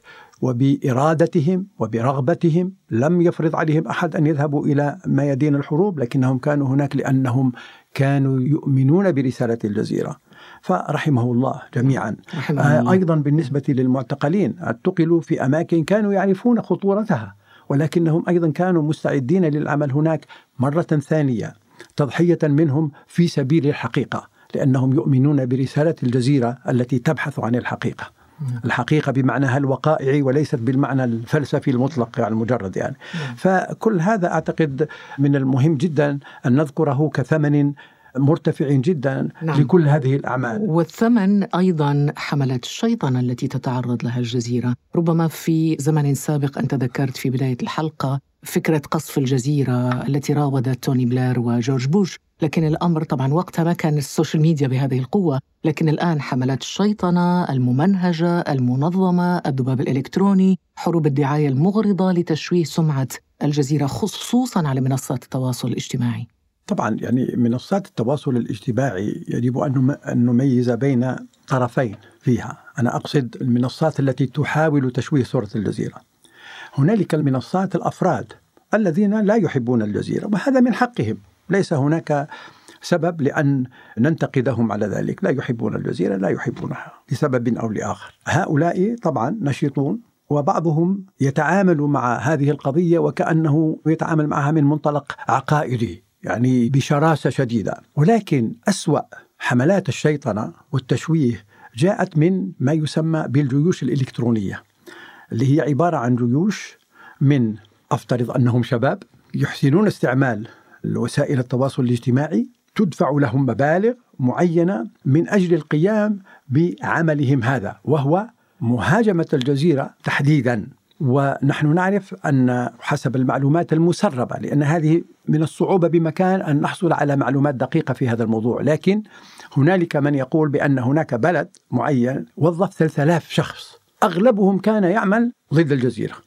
وبإرادتهم وبرغبتهم، لم يفرض عليهم أحد أن يذهبوا إلى ميادين الحروب، لكنهم كانوا هناك لأنهم كانوا يؤمنون برسالة الجزيرة، فرحمه الله جميعا. آه أيضا بالنسبة للمعتقلين، اعتقلوا في أماكن كانوا يعرفون خطورتها، ولكنهم أيضا كانوا مستعدين للعمل هناك مرة ثانية، تضحية منهم في سبيل الحقيقة، لأنهم يؤمنون برسالة الجزيرة التي تبحث عن الحقيقة. الحقيقة بمعناها الوقائعي وليست بالمعنى الفلسفي المطلق يعني المجرد يعني. فكل هذا أعتقد من المهم جدا أن نذكره كثمن مرتفع جدا نعم. لكل هذه الأعمال. والثمن أيضا حملات الشيطنة التي تتعرض لها الجزيرة. ربما في زمن سابق أنت ذكرت في بداية الحلقة فكرة قصف الجزيرة التي راودت توني بلير وجورج بوش، لكن الأمر طبعا وقتها ما كان السوشيال ميديا بهذه القوة، لكن الآن حملات الشيطنة الممنهجة المنظمة، الذباب الإلكتروني، حروب الدعاية المغرضة لتشويه سمعة الجزيرة خصوصا على منصات التواصل الاجتماعي. طبعا يعني منصات التواصل الاجتماعي يجب أن نميز بين طرفين فيها. أنا أقصد المنصات التي تحاول تشويه صورة الجزيرة. هنالك المنصات الأفراد الذين لا يحبون الجزيرة، وهذا من حقهم، ليس هناك سبب لأن ننتقدهم على ذلك. لا يحبون الجزيرة، لا يحبونها لسبب أو لآخر. هؤلاء طبعا نشيطون، وبعضهم يتعامل مع هذه القضية وكأنه يتعامل معها من منطلق عقائدي، يعني بشراسة شديدة. ولكن أسوأ حملات الشيطنة والتشويه جاءت من ما يسمى بالجيوش الإلكترونية، اللي هي عبارة عن جيوش من أفترض أنهم شباب يحسنون استعمال وسائل التواصل الاجتماعي، تدفع لهم مبالغ معينة من أجل القيام بعملهم هذا، وهو مهاجمة الجزيرة تحديدا. ونحن نعرف أن حسب المعلومات المسربة، لأن هذه من الصعوبة بمكان أن نحصل على معلومات دقيقة في هذا الموضوع، لكن هنالك من يقول بأن هناك بلد معين وظف ثلاثة آلاف شخص أغلبهم كان يعمل ضد الجزيرة،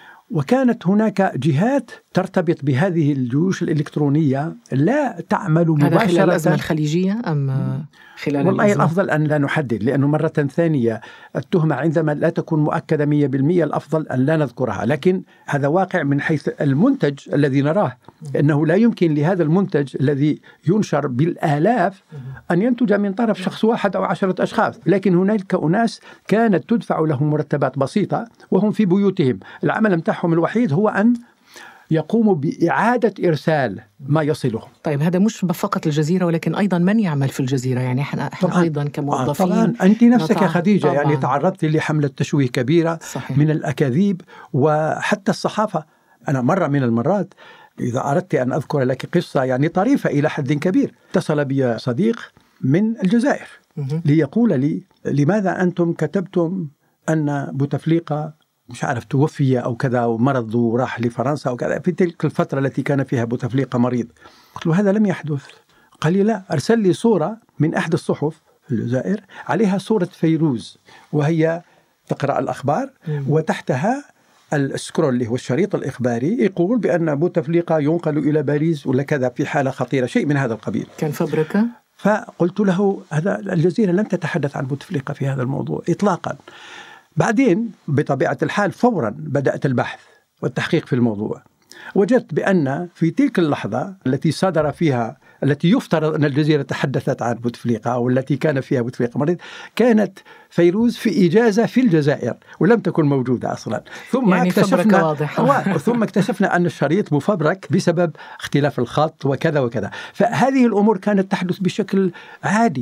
وكانت هناك جهات ترتبط بهذه الجيوش الإلكترونية لا تعمل مباشرة. هذا خلال الأزمة الخليجية أم خلال والله الأزمة؟ الأفضل أن لا نحدد، لأنه مرة ثانية التهمة عندما لا تكون مؤكدة مية بالمية الأفضل أن لا نذكرها، لكن هذا واقع من حيث المنتج الذي نراه، أنه لا يمكن لهذا المنتج الذي ينشر بالآلاف أن ينتج من طرف شخص واحد أو عشرة أشخاص، لكن هناك أناس كانت تدفع لهم مرتبات بسيطة وهم في بيوتهم، العمل متاعهم الوحيد هو أن يقوموا بإعادة إرسال ما يصلهم. طيب هذا مش فقط الجزيرة، ولكن أيضا من يعمل في الجزيرة، يعني احنا, احنا أيضا كموظفين. طبعا أنت نفسك نطع... يا خديجة طبعاً. يعني تعرضت لحملة تشويه كبيرة صحيح. من الأكاذيب وحتى الصحافة. أنا مرة من المرات إذا أردت أن أذكر لك قصة يعني طريفة إلى حد كبير، اتصل بي صديق من الجزائر ليقول لي لماذا أنتم كتبتم أن بوتفليقة مش عارف توفي أو كذا ومرض وراح لفرنسا أو كذا في تلك الفترة التي كان فيها بوتفليقة مريض. قلت له هذا لم يحدث. قال لي لا، أرسل لي صورة من أحد الصحف في الجزائر عليها صورة فيروز وهي تقرأ الأخبار وتحتها السكرول اللي هو الشريط الإخباري يقول بأن بوتفليقة ينقل إلى باريس ولا كذا في حالة خطيرة، شيء من هذا القبيل. كان فبركة. فقلت له هذا الجزيرة لم تتحدث عن بوتفليقة في هذا الموضوع إطلاقا. بعدين بطبيعة الحال فورا بدأت البحث والتحقيق في الموضوع، وجدت بأن في تلك اللحظة التي صدر فيها التي يفترض أن الجزيرة تحدثت عن بوتفليقة أو التي كان فيها بوتفليقة مريض، كانت فيروز في إجازة في الجزائر ولم تكن موجودة أصلا. ثم يعني اكتشفنا ثم اكتشفنا أن الشريط مفبرك بسبب اختلاف الخط وكذا وكذا. فهذه الأمور كانت تحدث بشكل عادي،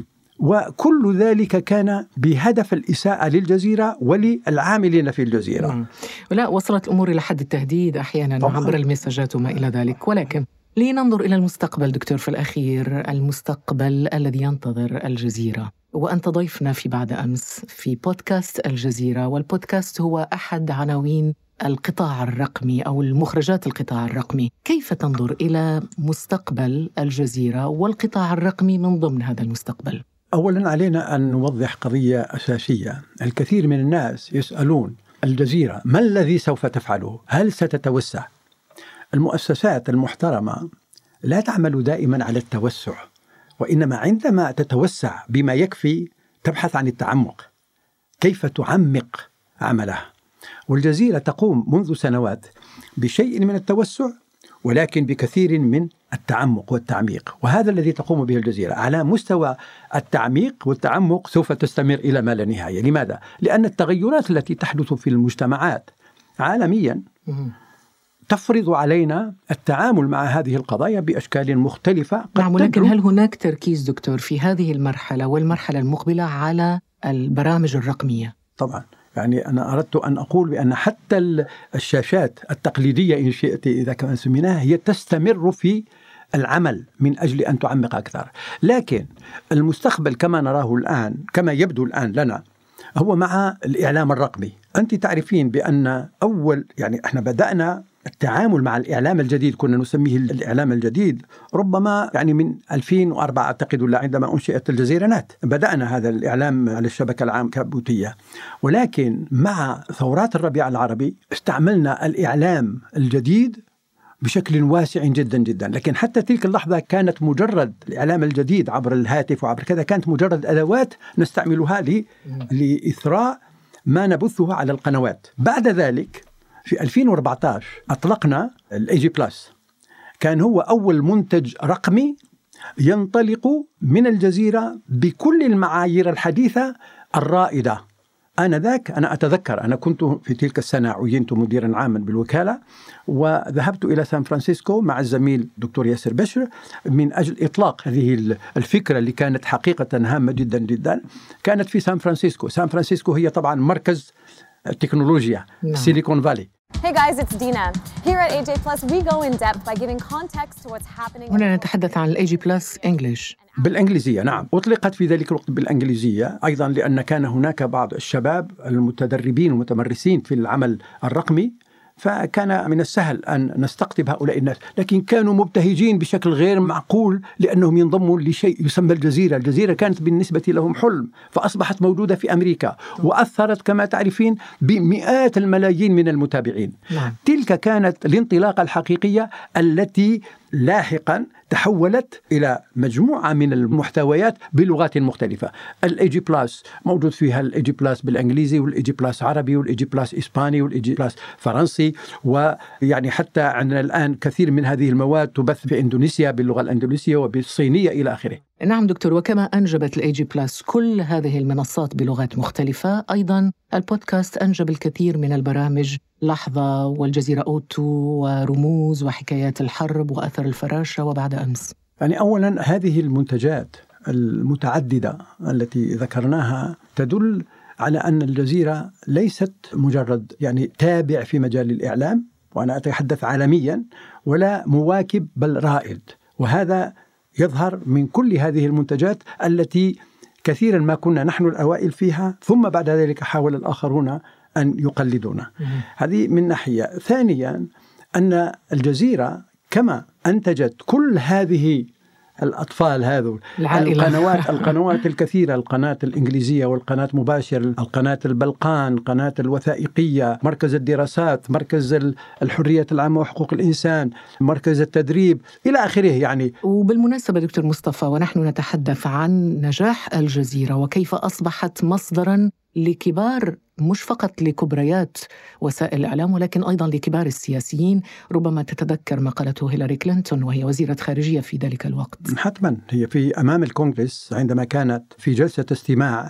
وكل ذلك كان بهدف الإساءة للجزيرة وللعاملين في الجزيرة. مم. ولا وصلت الأمور إلى حد التهديد أحيانا طبعا. عبر المساجات وما إلى ذلك. ولكن لننظر إلى المستقبل دكتور في الأخير، المستقبل الذي ينتظر الجزيرة، وأنت ضيفنا في بعد أمس في بودكاست الجزيرة، والبودكاست هو أحد عناوين القطاع الرقمي أو المخرجات القطاع الرقمي. كيف تنظر إلى مستقبل الجزيرة والقطاع الرقمي من ضمن هذا المستقبل؟ أولا علينا أن نوضح قضية أساسية. الكثير من الناس يسألون الجزيرة ما الذي سوف تفعله؟ هل ستتوسع؟ المؤسسات المحترمة لا تعمل دائما على التوسع، وإنما عندما تتوسع بما يكفي تبحث عن التعمق، كيف تعمق عملها. والجزيرة تقوم منذ سنوات بشيء من التوسع ولكن بكثير من التعمق والتعميق، وهذا الذي تقوم به الجزيرة. على مستوى التعميق والتعمق سوف تستمر إلى ما لا نهاية. لماذا؟ لأن التغيرات التي تحدث في المجتمعات عالميا تفرض علينا التعامل مع هذه القضايا بأشكال مختلفة. نعم، ولكن هل هناك تركيز دكتور في هذه المرحلة والمرحلة المقبلة على البرامج الرقمية؟ طبعا، يعني أنا أردت أن أقول بأن حتى الشاشات التقليدية إن شئت إذا كما سميناها هي تستمر في العمل من أجل أن تعمق أكثر. لكن المستقبل كما نراه الآن، كما يبدو الآن لنا، هو مع الإعلام الرقمي. أنت تعرفين بأن أول يعني إحنا بدأنا التعامل مع الإعلام الجديد، كنا نسميه الإعلام الجديد ربما يعني من ألفين وأربعة أعتقد، ولا عندما أنشئت الجزيرة نت بدأنا هذا الإعلام على الشبكة العنكبوتية. ولكن مع ثورات الربيع العربي استعملنا الإعلام الجديد بشكل واسع جدا جدا. لكن حتى تلك اللحظة كانت مجرد الإعلام الجديد عبر الهاتف وعبر كذا، كانت مجرد أدوات نستعملها لإثراء ما نبثه على القنوات. بعد ذلك في ألفين وأربعة عشر أطلقنا الإي جي بلس، كان هو أول منتج رقمي ينطلق من الجزيرة بكل المعايير الحديثة الرائدة. آنذاك أنا أتذكر أنا كنت في تلك السنة عينت مديرا عاما بالوكالة، وذهبت إلى سان فرانسيسكو مع الزميل دكتور ياسر بشر من أجل إطلاق هذه الفكرة اللي كانت حقيقة هامة جدا جدا. كانت في سان فرانسيسكو. سان فرانسيسكو هي طبعا مركز التكنولوجيا، سيليكون فالي. Hey guys, it's Dina. Here at A J Plus, we go in depth by giving context to what's happening. هنا نتحدث عن ال A J Plus English. بالإنجليزية، نعم. أطلقت في ذلك الوقت بالإنجليزية أيضا لأن كان هناك بعض الشباب المتدربين والمتمرسين في العمل الرقمي، فكان من السهل أن نستقطب هؤلاء الناس، لكن كانوا مبتهجين بشكل غير معقول لأنهم ينضموا لشيء يسمى الجزيرة. الجزيرة كانت بالنسبة لهم حلم، فأصبحت موجودة في أمريكا وأثرت كما تعرفين بمئات الملايين من المتابعين. نعم. تلك كانت الانطلاقة الحقيقية التي لاحقا تحولت إلى مجموعة من المحتويات بلغات مختلفة. الإي جي بلاس موجود فيها الإي جي بلاس بالإنجليزي، والإي جي بلاس عربي، والإي جي بلاس إسباني، والإي جي بلاس فرنسي، ويعني حتى عندنا الآن كثير من هذه المواد تبث في إندونيسيا باللغة الأندونيسية وبالصينية إلى آخره. نعم دكتور، وكما أنجبت الإي جي بلاس كل هذه المنصات بلغات مختلفة، أيضا البودكاست أنجب الكثير من البرامج، لحظة والجزيرة أوتو ورموز وحكايات الحرب وأثر الفراشة وبعد أمس. يعني أولا هذه المنتجات المتعددة التي ذكرناها تدل على أن الجزيرة ليست مجرد يعني تابع في مجال الإعلام، وأنا أتحدث عالميا، ولا مواكب بل رائد. وهذا يظهر من كل هذه المنتجات التي كثيرا ما كنا نحن الأوائل فيها، ثم بعد ذلك حاول الآخرون أن يقلدونا. هذه من ناحية. ثانيا أن الجزيرة كما أنتجت كل هذه الأطفال هذو القنوات القنوات الكثيرة، القناة الإنجليزية والقناة مباشر، القناة البلقان، قناة الوثائقية، مركز الدراسات، مركز الحرية العامة وحقوق الإنسان، مركز التدريب إلى آخره. يعني وبالمناسبة دكتور مصطفى، ونحن نتحدث عن نجاح الجزيرة وكيف أصبحت مصدراً لكبار، مش فقط لكبريات وسائل الإعلام، ولكن أيضاً لكبار السياسيين. ربما تتذكر ما قالته هيلاري كلينتون وهي وزيرة خارجية في ذلك الوقت. حتماً هي في أمام الكونغرس عندما كانت في جلسة استماع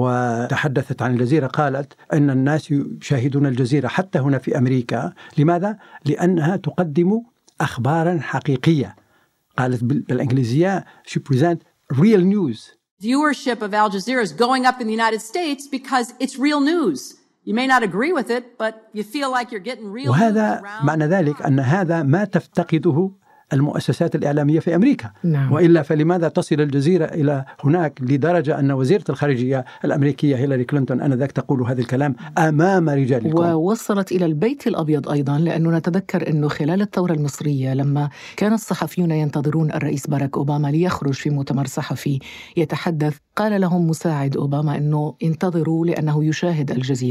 وتحدثت عن الجزيرة، قالت أن الناس يشاهدون الجزيرة حتى هنا في أمريكا. لماذا؟ لأنها تقدم أخباراً حقيقية. قالت بالإنجليزية she present real news. Viewership of Al Jazeera is going up in the United States because it's real news. You may not agree with it, but you feel like you're getting real news. وهذا معنى ذلك أن هذا ما تفتقده المؤسسات الإعلامية في أمريكا. نعم. وإلا فلماذا تصل الجزيرة إلى هناك لدرجة أن وزيرة الخارجية الأمريكية هيلاري كلينتون آنذاك تقول هذا الكلام أمام رجال الكون، ووصلت إلى البيت الأبيض أيضا، لأنه نتذكر أنه خلال الثورة المصرية لما كان الصحفيون ينتظرون الرئيس باراك أوباما ليخرج في مؤتمر صحفي يتحدث، قال لهم مساعد أوباما أنه انتظروا لأنه يشاهد الجزيرة.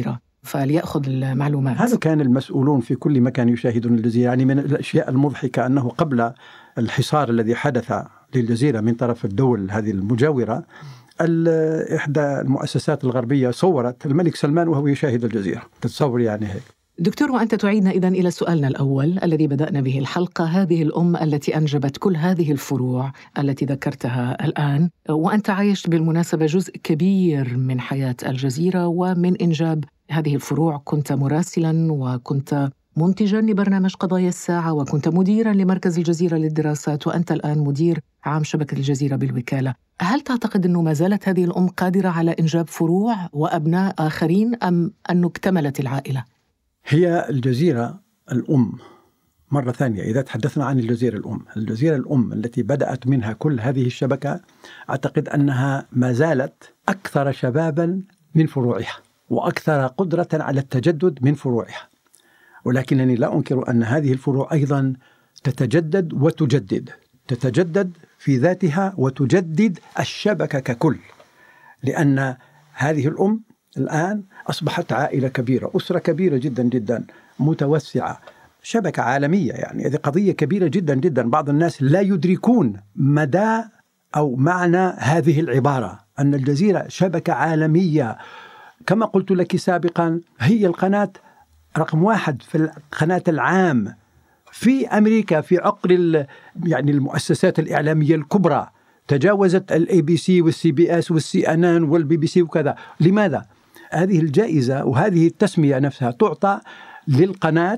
فليأخذ المعلومات. هذا كان المسؤولون في كل مكان يشاهدون الجزيرة. يعني من الأشياء المضحكة أنه قبل الحصار الذي حدث للجزيرة من طرف الدول هذه المجاورة، إحدى المؤسسات الغربية صورت الملك سلمان وهو يشاهد الجزيرة. تتصور يعني هيك. دكتور، وأنت تعيدنا إذن إلى سؤالنا الأول الذي بدأنا به الحلقة، هذه الأم التي أنجبت كل هذه الفروع التي ذكرتها الآن، وأنت عايشت بالمناسبة جزء كبير من حياة الجزيرة ومن إنجاب هذه الفروع. كنت مراسلاً وكنت منتجاً لبرنامج قضايا الساعة وكنت مديراً لمركز الجزيرة للدراسات، وأنت الآن مدير عام شبكة الجزيرة بالوكالة. هل تعتقد أنه ما زالت هذه الأم قادرة على إنجاب فروع وأبناء آخرين أم أنه اكتملت العائلة؟ هي الجزيرة الأم مرة ثانية. إذا تحدثنا عن الجزيرة الأم، الجزيرة الأم التي بدأت منها كل هذه الشبكة، أعتقد أنها ما زالت أكثر شباباً من فروعها وأكثر قدرة على التجدد من فروعها، ولكنني لا أنكر أن هذه الفروع أيضاً تتجدد وتجدد، تتجدد في ذاتها وتجدد الشبكة ككل، لأن هذه الأم الآن أصبحت عائلة كبيرة، أسرة كبيرة جدا جدا متوسعة، شبكة عالمية. يعني هذه قضية كبيرة جدا جدا. بعض الناس لا يدركون مدى أو معنى هذه العبارة أن الجزيرة شبكة عالمية. كما قلت لك سابقا، هي القناة رقم واحد في القناة العام في أمريكا، في عقر يعني المؤسسات الإعلامية الكبرى، تجاوزت الاي بي سي والسي بي اس والسي ان ان والبي بي سي وكذا. لماذا؟ هذه الجائزة وهذه التسمية نفسها تعطى للقناة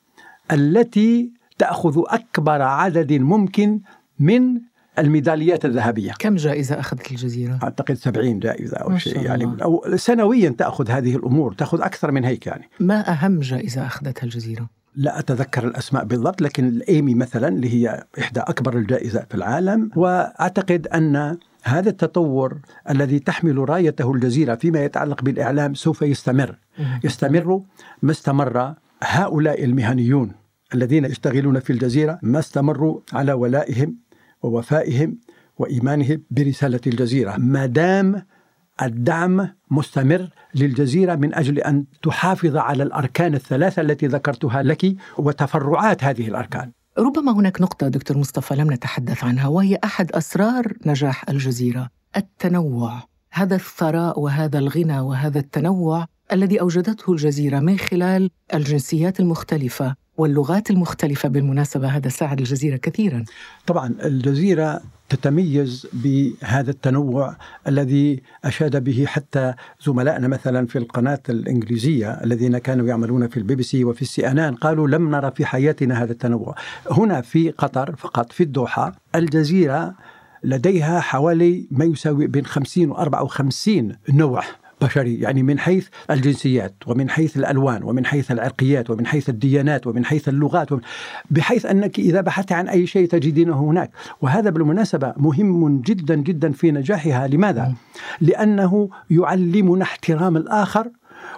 التي تأخذ أكبر عدد ممكن من الميداليات الذهبية. كم جائزة أخذت الجزيرة؟ أعتقد سبعين جائزة أو شيء يعني، أو سنويا تأخذ هذه الأمور، تأخذ أكثر من هيك يعني. ما أهم جائزة أخذتها الجزيرة؟ لا أتذكر الأسماء بالضبط، لكن الإيمي مثلا اللي هي إحدى أكبر الجائزة في العالم. وأعتقد أن هذا التطور الذي تحمل رايته الجزيرة فيما يتعلق بالإعلام سوف يستمر يستمر ما استمر هؤلاء المهنيون الذين يشتغلون في الجزيرة، ما استمروا على ولائهم ووفائهم وإيمانهم برسالة الجزيرة، ما دام الدعم مستمر للجزيرة من أجل أن تحافظ على الأركان الثلاثة التي ذكرتها لك وتفرعات هذه الأركان. ربما هناك نقطة دكتور مصطفى لم نتحدث عنها، وهي أحد أسرار نجاح الجزيرة، التنوع. هذا الثراء وهذا الغنى وهذا التنوع الذي أوجدته الجزيرة من خلال الجنسيات المختلفة واللغات المختلفة. بالمناسبة هذا ساعد الجزيرة كثيراً. طبعاً الجزيرة تتميز بهذا التنوع الذي أشاد به حتى زملائنا مثلا في القناة الإنجليزية الذين كانوا يعملون في البي بي سي وفي السي ان ان، قالوا لم نرى في حياتنا هذا التنوع. هنا في قطر فقط في الدوحة الجزيرة لديها حوالي ما يساوي بين خمسين وأربعة وخمسين نوع بشري، يعني من حيث الجنسيات ومن حيث الألوان ومن حيث العرقيات ومن حيث الديانات ومن حيث اللغات، بحيث أنك إذا بحثت عن أي شيء تجدينه هناك. وهذا بالمناسبة مهم جدا جدا في نجاحها. لماذا؟ لأنه يعلمنا احترام الآخر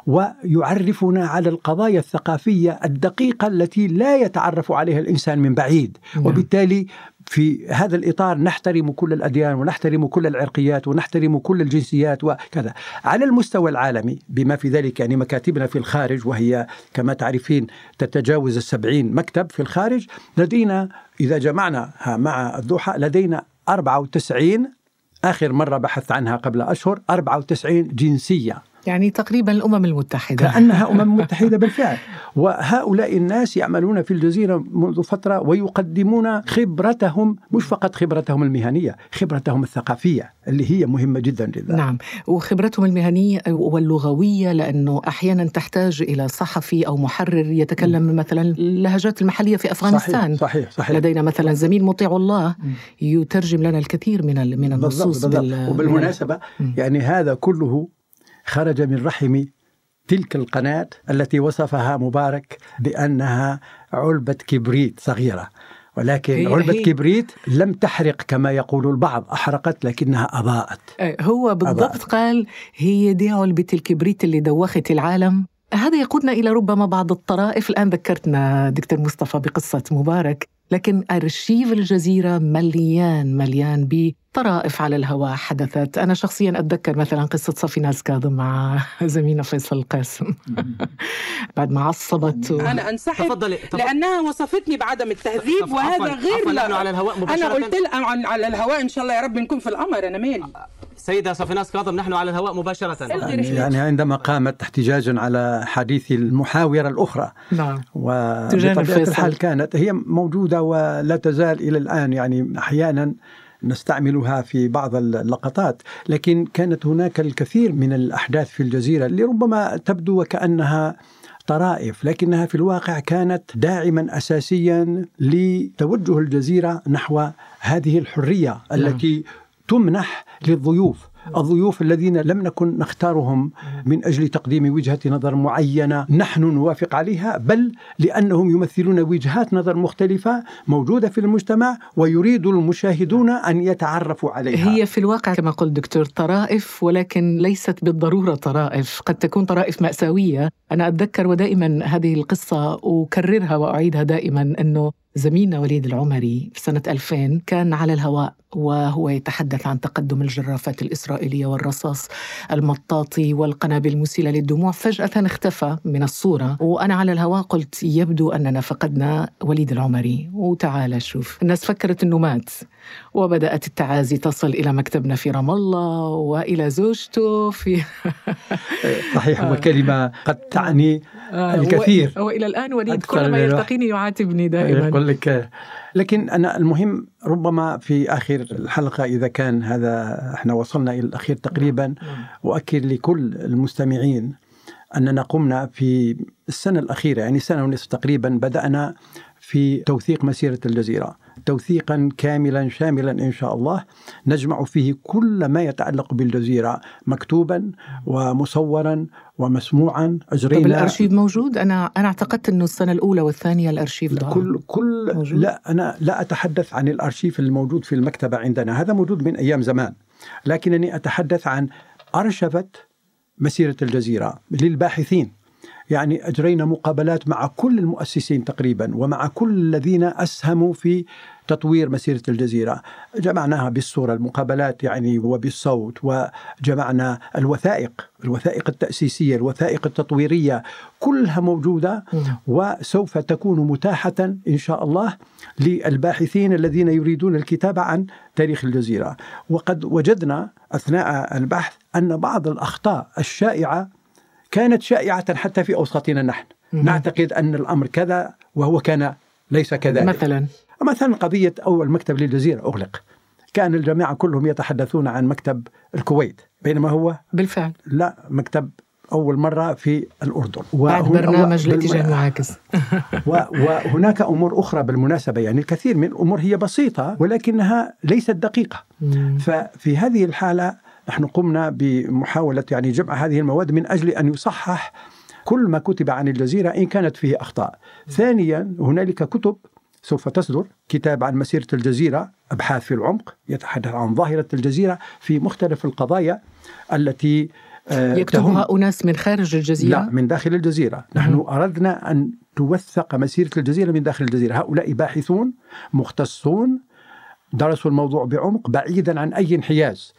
ويعرفنا على القضايا الثقافية الدقيقة التي لا يتعرف عليها الإنسان من بعيد. وبالتالي في هذا الإطار نحترم كل الأديان ونحترم كل العرقيات ونحترم كل الجنسيات وكذا. على المستوى العالمي بما في ذلك يعني مكاتبنا في الخارج، وهي كما تعرفين تتجاوز السبعين مكتب في الخارج، لدينا إذا جمعناها مع الدوحة لدينا أربعة وتسعين، آخر مرة بحثت عنها قبل أشهر، أربعة وتسعين جنسية، يعني تقريبا الأمم المتحدة، كأنها أمم متحدة بالفعل. وهؤلاء الناس يعملون في الجزيرة منذ فترة ويقدمون خبرتهم، مش فقط خبرتهم المهنية، خبرتهم الثقافية اللي هي مهمة جدا جدا. نعم، وخبرتهم المهنية واللغوية، لأنه أحيانا تحتاج إلى صحفي أو محرر يتكلم مثلا اللهجات المحلية في أفغانستان. صحيح صحيح, صحيح. لدينا مثلا زميل مطيع الله يترجم لنا الكثير من من النصوص. بال... وبالمناسبة يعني هذا كله خرج من رحم تلك القناة التي وصفها مبارك بأنها علبة كبريت صغيرة، ولكن هي علبة هي كبريت لم تحرق كما يقول البعض، أحرقت لكنها أضاءت. هو بالضبط أضاءت. قال هي دي علبة الكبريت اللي دوخت العالم. هذا يقودنا إلى ربما بعض الطرائف. الآن ذكرتنا دكتور مصطفى بقصة مبارك، لكن أرشيف الجزيرة مليان مليان بطرائف على الهواء حدثت. أنا شخصياً أتذكر مثلاً قصة صافيناز كاظم مع زميلنا فيصل القاسم بعد ما عصبت و... أنا أنسحب تفضلي. تفضل. لأنها وصفتني بعدم التهذيب تف... وهذا عفوا. غير لا على الهواء مباشرة. أنا قلت لها على الهواء إن شاء الله يا رب نكون في القمر. أنا مالي سيدة صافيناز كاظم، نحن على الهواء مباشرة. يعني عندما قامت احتجاجا على حديث المحاورة الأخرى، نعم، وبطبيعة الحال كانت هي موجودة ولا تزال إلى الآن، يعني أحيانا نستعملها في بعض اللقطات، لكن كانت هناك الكثير من الأحداث في الجزيرة اللي ربما تبدو وكأنها طرائف، لكنها في الواقع كانت داعما أساسيا لتوجه الجزيرة نحو هذه الحرية التي تمنح للضيوف الضيوف الذين لم نكن نختارهم من أجل تقديم وجهة نظر معينة نحن نوافق عليها، بل لأنهم يمثلون وجهات نظر مختلفة موجودة في المجتمع ويريد المشاهدون أن يتعرفوا عليها. هي في الواقع كما قلت دكتور طرائف، ولكن ليست بالضرورة طرائف، قد تكون طرائف مأساوية. أنا أتذكر ودائما هذه القصة أكررها وأعيدها دائما، أنه زميلنا وليد العمري في سنة ألفين كان على الهواء وهو يتحدث عن تقدم الجرافات الإسرائيلية والرصاص المطاطي والقنابل المسيلة للدموع، فجأة اختفى من الصورة، وأنا على الهواء قلت يبدو أننا فقدنا وليد العمري، وتعالى شوف الناس فكرت أنه مات، وبدأت التعازي تصل إلى مكتبنا في رام الله وإلى زوجته في صحيح، وكلمة قد تعني الكثير، وإلى الآن وليد كلما يلتقيني يعاتبني دائما يقول لك. لكن أنا المهم ربما في آخر الحلقة إذا كان هذا احنا وصلنا إلى الأخير تقريبا، وأكد لكل المستمعين أننا قمنا في السنة الأخيرة، يعني سنة ونصف تقريبا، بدأنا في توثيق مسيرة الجزيرة توثيقا كاملا شاملا إن شاء الله، نجمع فيه كل ما يتعلق بالجزيرة مكتوبا ومصورا ومسموعا. أجرينا. طب الأرشيف موجود؟ أنا أنا اعتقدت أنه السنة الأولى والثانية الأرشيف ضاع. كل كل موجود؟ لا، أنا لا أتحدث عن الأرشيف الموجود في المكتبة عندنا، هذا موجود من أيام زمان، لكنني أتحدث عن أرشفة مسيرة الجزيرة للباحثين. يعني أجرينا مقابلات مع كل المؤسسين تقريبا ومع كل الذين أسهموا في تطوير مسيرة الجزيرة، جمعناها بالصورة المقابلات يعني وبالصوت، وجمعنا الوثائق الوثائق التأسيسية، الوثائق التطويرية، كلها موجودة وسوف تكون متاحة إن شاء الله للباحثين الذين يريدون الكتابة عن تاريخ الجزيرة. وقد وجدنا أثناء البحث أن بعض الأخطاء الشائعة كانت شائعة حتى في أوساطنا نحن، نعتقد أن الأمر كذا وهو كان ليس كذلك. مثلا مثلا قضية أول مكتب للجزيرة أغلق، كان الجماعة كلهم يتحدثون عن مكتب الكويت، بينما هو بالفعل لا، مكتب أول مرة في الأردن بعد برنامج الاتجاه المعاكس. وهناك أمور أخرى بالمناسبة، يعني الكثير من الأمور هي بسيطة ولكنها ليست دقيقة. ففي هذه الحالة نحن قمنا بمحاولة يعني جمع هذه المواد من أجل أن يصحح كل ما كتب عن الجزيرة إن كانت فيه أخطاء. ثانيا، هنالك كتب سوف تصدر، كتاب عن مسيرة الجزيرة، أبحاث في العمق، يتحدث عن ظاهرة الجزيرة في مختلف القضايا التي يكتبها أناس من خارج الجزيرة؟ لا، من داخل الجزيرة. نحن مم. أردنا أن توثق مسيرة الجزيرة من داخل الجزيرة، هؤلاء باحثون مختصون درسوا الموضوع بعمق بعيدا عن أي انحياز،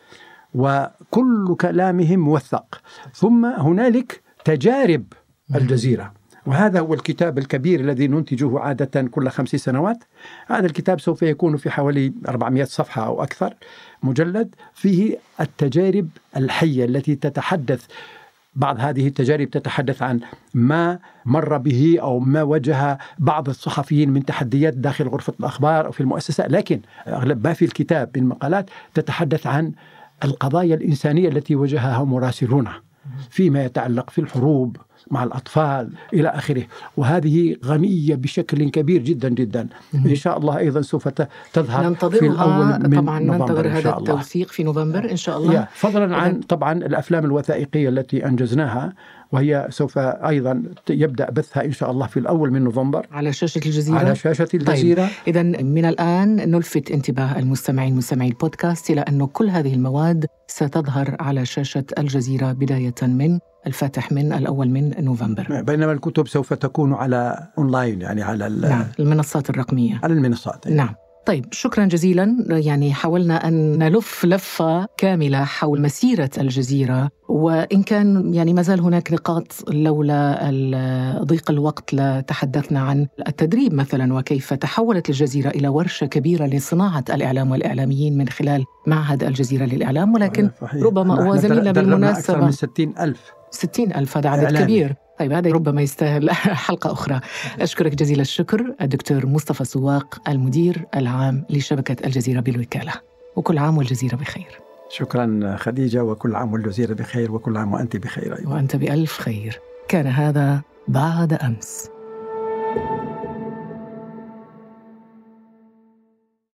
وكل كلامهم موثق. ثم هنالك تجارب الجزيرة، وهذا هو الكتاب الكبير الذي ننتجه عادة كل خمس سنوات. هذا الكتاب سوف يكون في حوالي أربعمائة صفحة أو أكثر، مجلد فيه التجارب الحية التي تتحدث، بعض هذه التجارب تتحدث عن ما مر به أو ما واجه بعض الصحفيين من تحديات داخل غرفة الأخبار أو في المؤسسة، لكن أغلب ما في الكتاب من مقالات تتحدث عن القضايا الإنسانية التي واجهها مراسلون فيما يتعلق في الحروب مع الأطفال إلى آخره، وهذه غنية بشكل كبير جدا جدا. إن شاء الله أيضا سوف تظهر في الأول من طبعا ننتظر هذا التوثيق في نوفمبر إن شاء الله. فضلا عن طبعا الأفلام الوثائقية التي أنجزناها، وهي سوف أيضا يبدأ بثها إن شاء الله في الأول من نوفمبر على شاشة الجزيرة. على شاشة الجزيرة. طيب. إذن من الآن نلفت انتباه المستمعين مستمعي البودكاست إلى أنه كل هذه المواد ستظهر على شاشة الجزيرة بداية من الفاتح من الأول من نوفمبر، بينما الكتب سوف تكون على أونلاين، يعني على نعم. المنصات الرقمية. على المنصات. نعم. طيب شكرا جزيلا. يعني حاولنا أن نلف لفة كاملة حول مسيرة الجزيرة، وإن كان يعني ما زال هناك نقاط لولا ضيق الوقت لتحدثنا عن التدريب مثلا، وكيف تحولت الجزيرة إلى ورشة كبيرة لصناعة الإعلام والإعلاميين من خلال معهد الجزيرة للإعلام. ولكن صحيح. ربما وزميلنا بالمناسبة أكثر من ستين ألف ستين ألف هذا عدد إعلامي كبير. طيب هذا ربما يستاهل حلقة أخرى. أشكرك جزيل الشكر الدكتور مصطفى سواق، المدير العام لشبكة الجزيرة بالوكالة، وكل عام والجزيرة بخير. شكرا خديجة، وكل عام والجزيرة بخير، وكل عام وأنت بخير أيضا. وأنت بألف خير. كان هذا بعد أمس.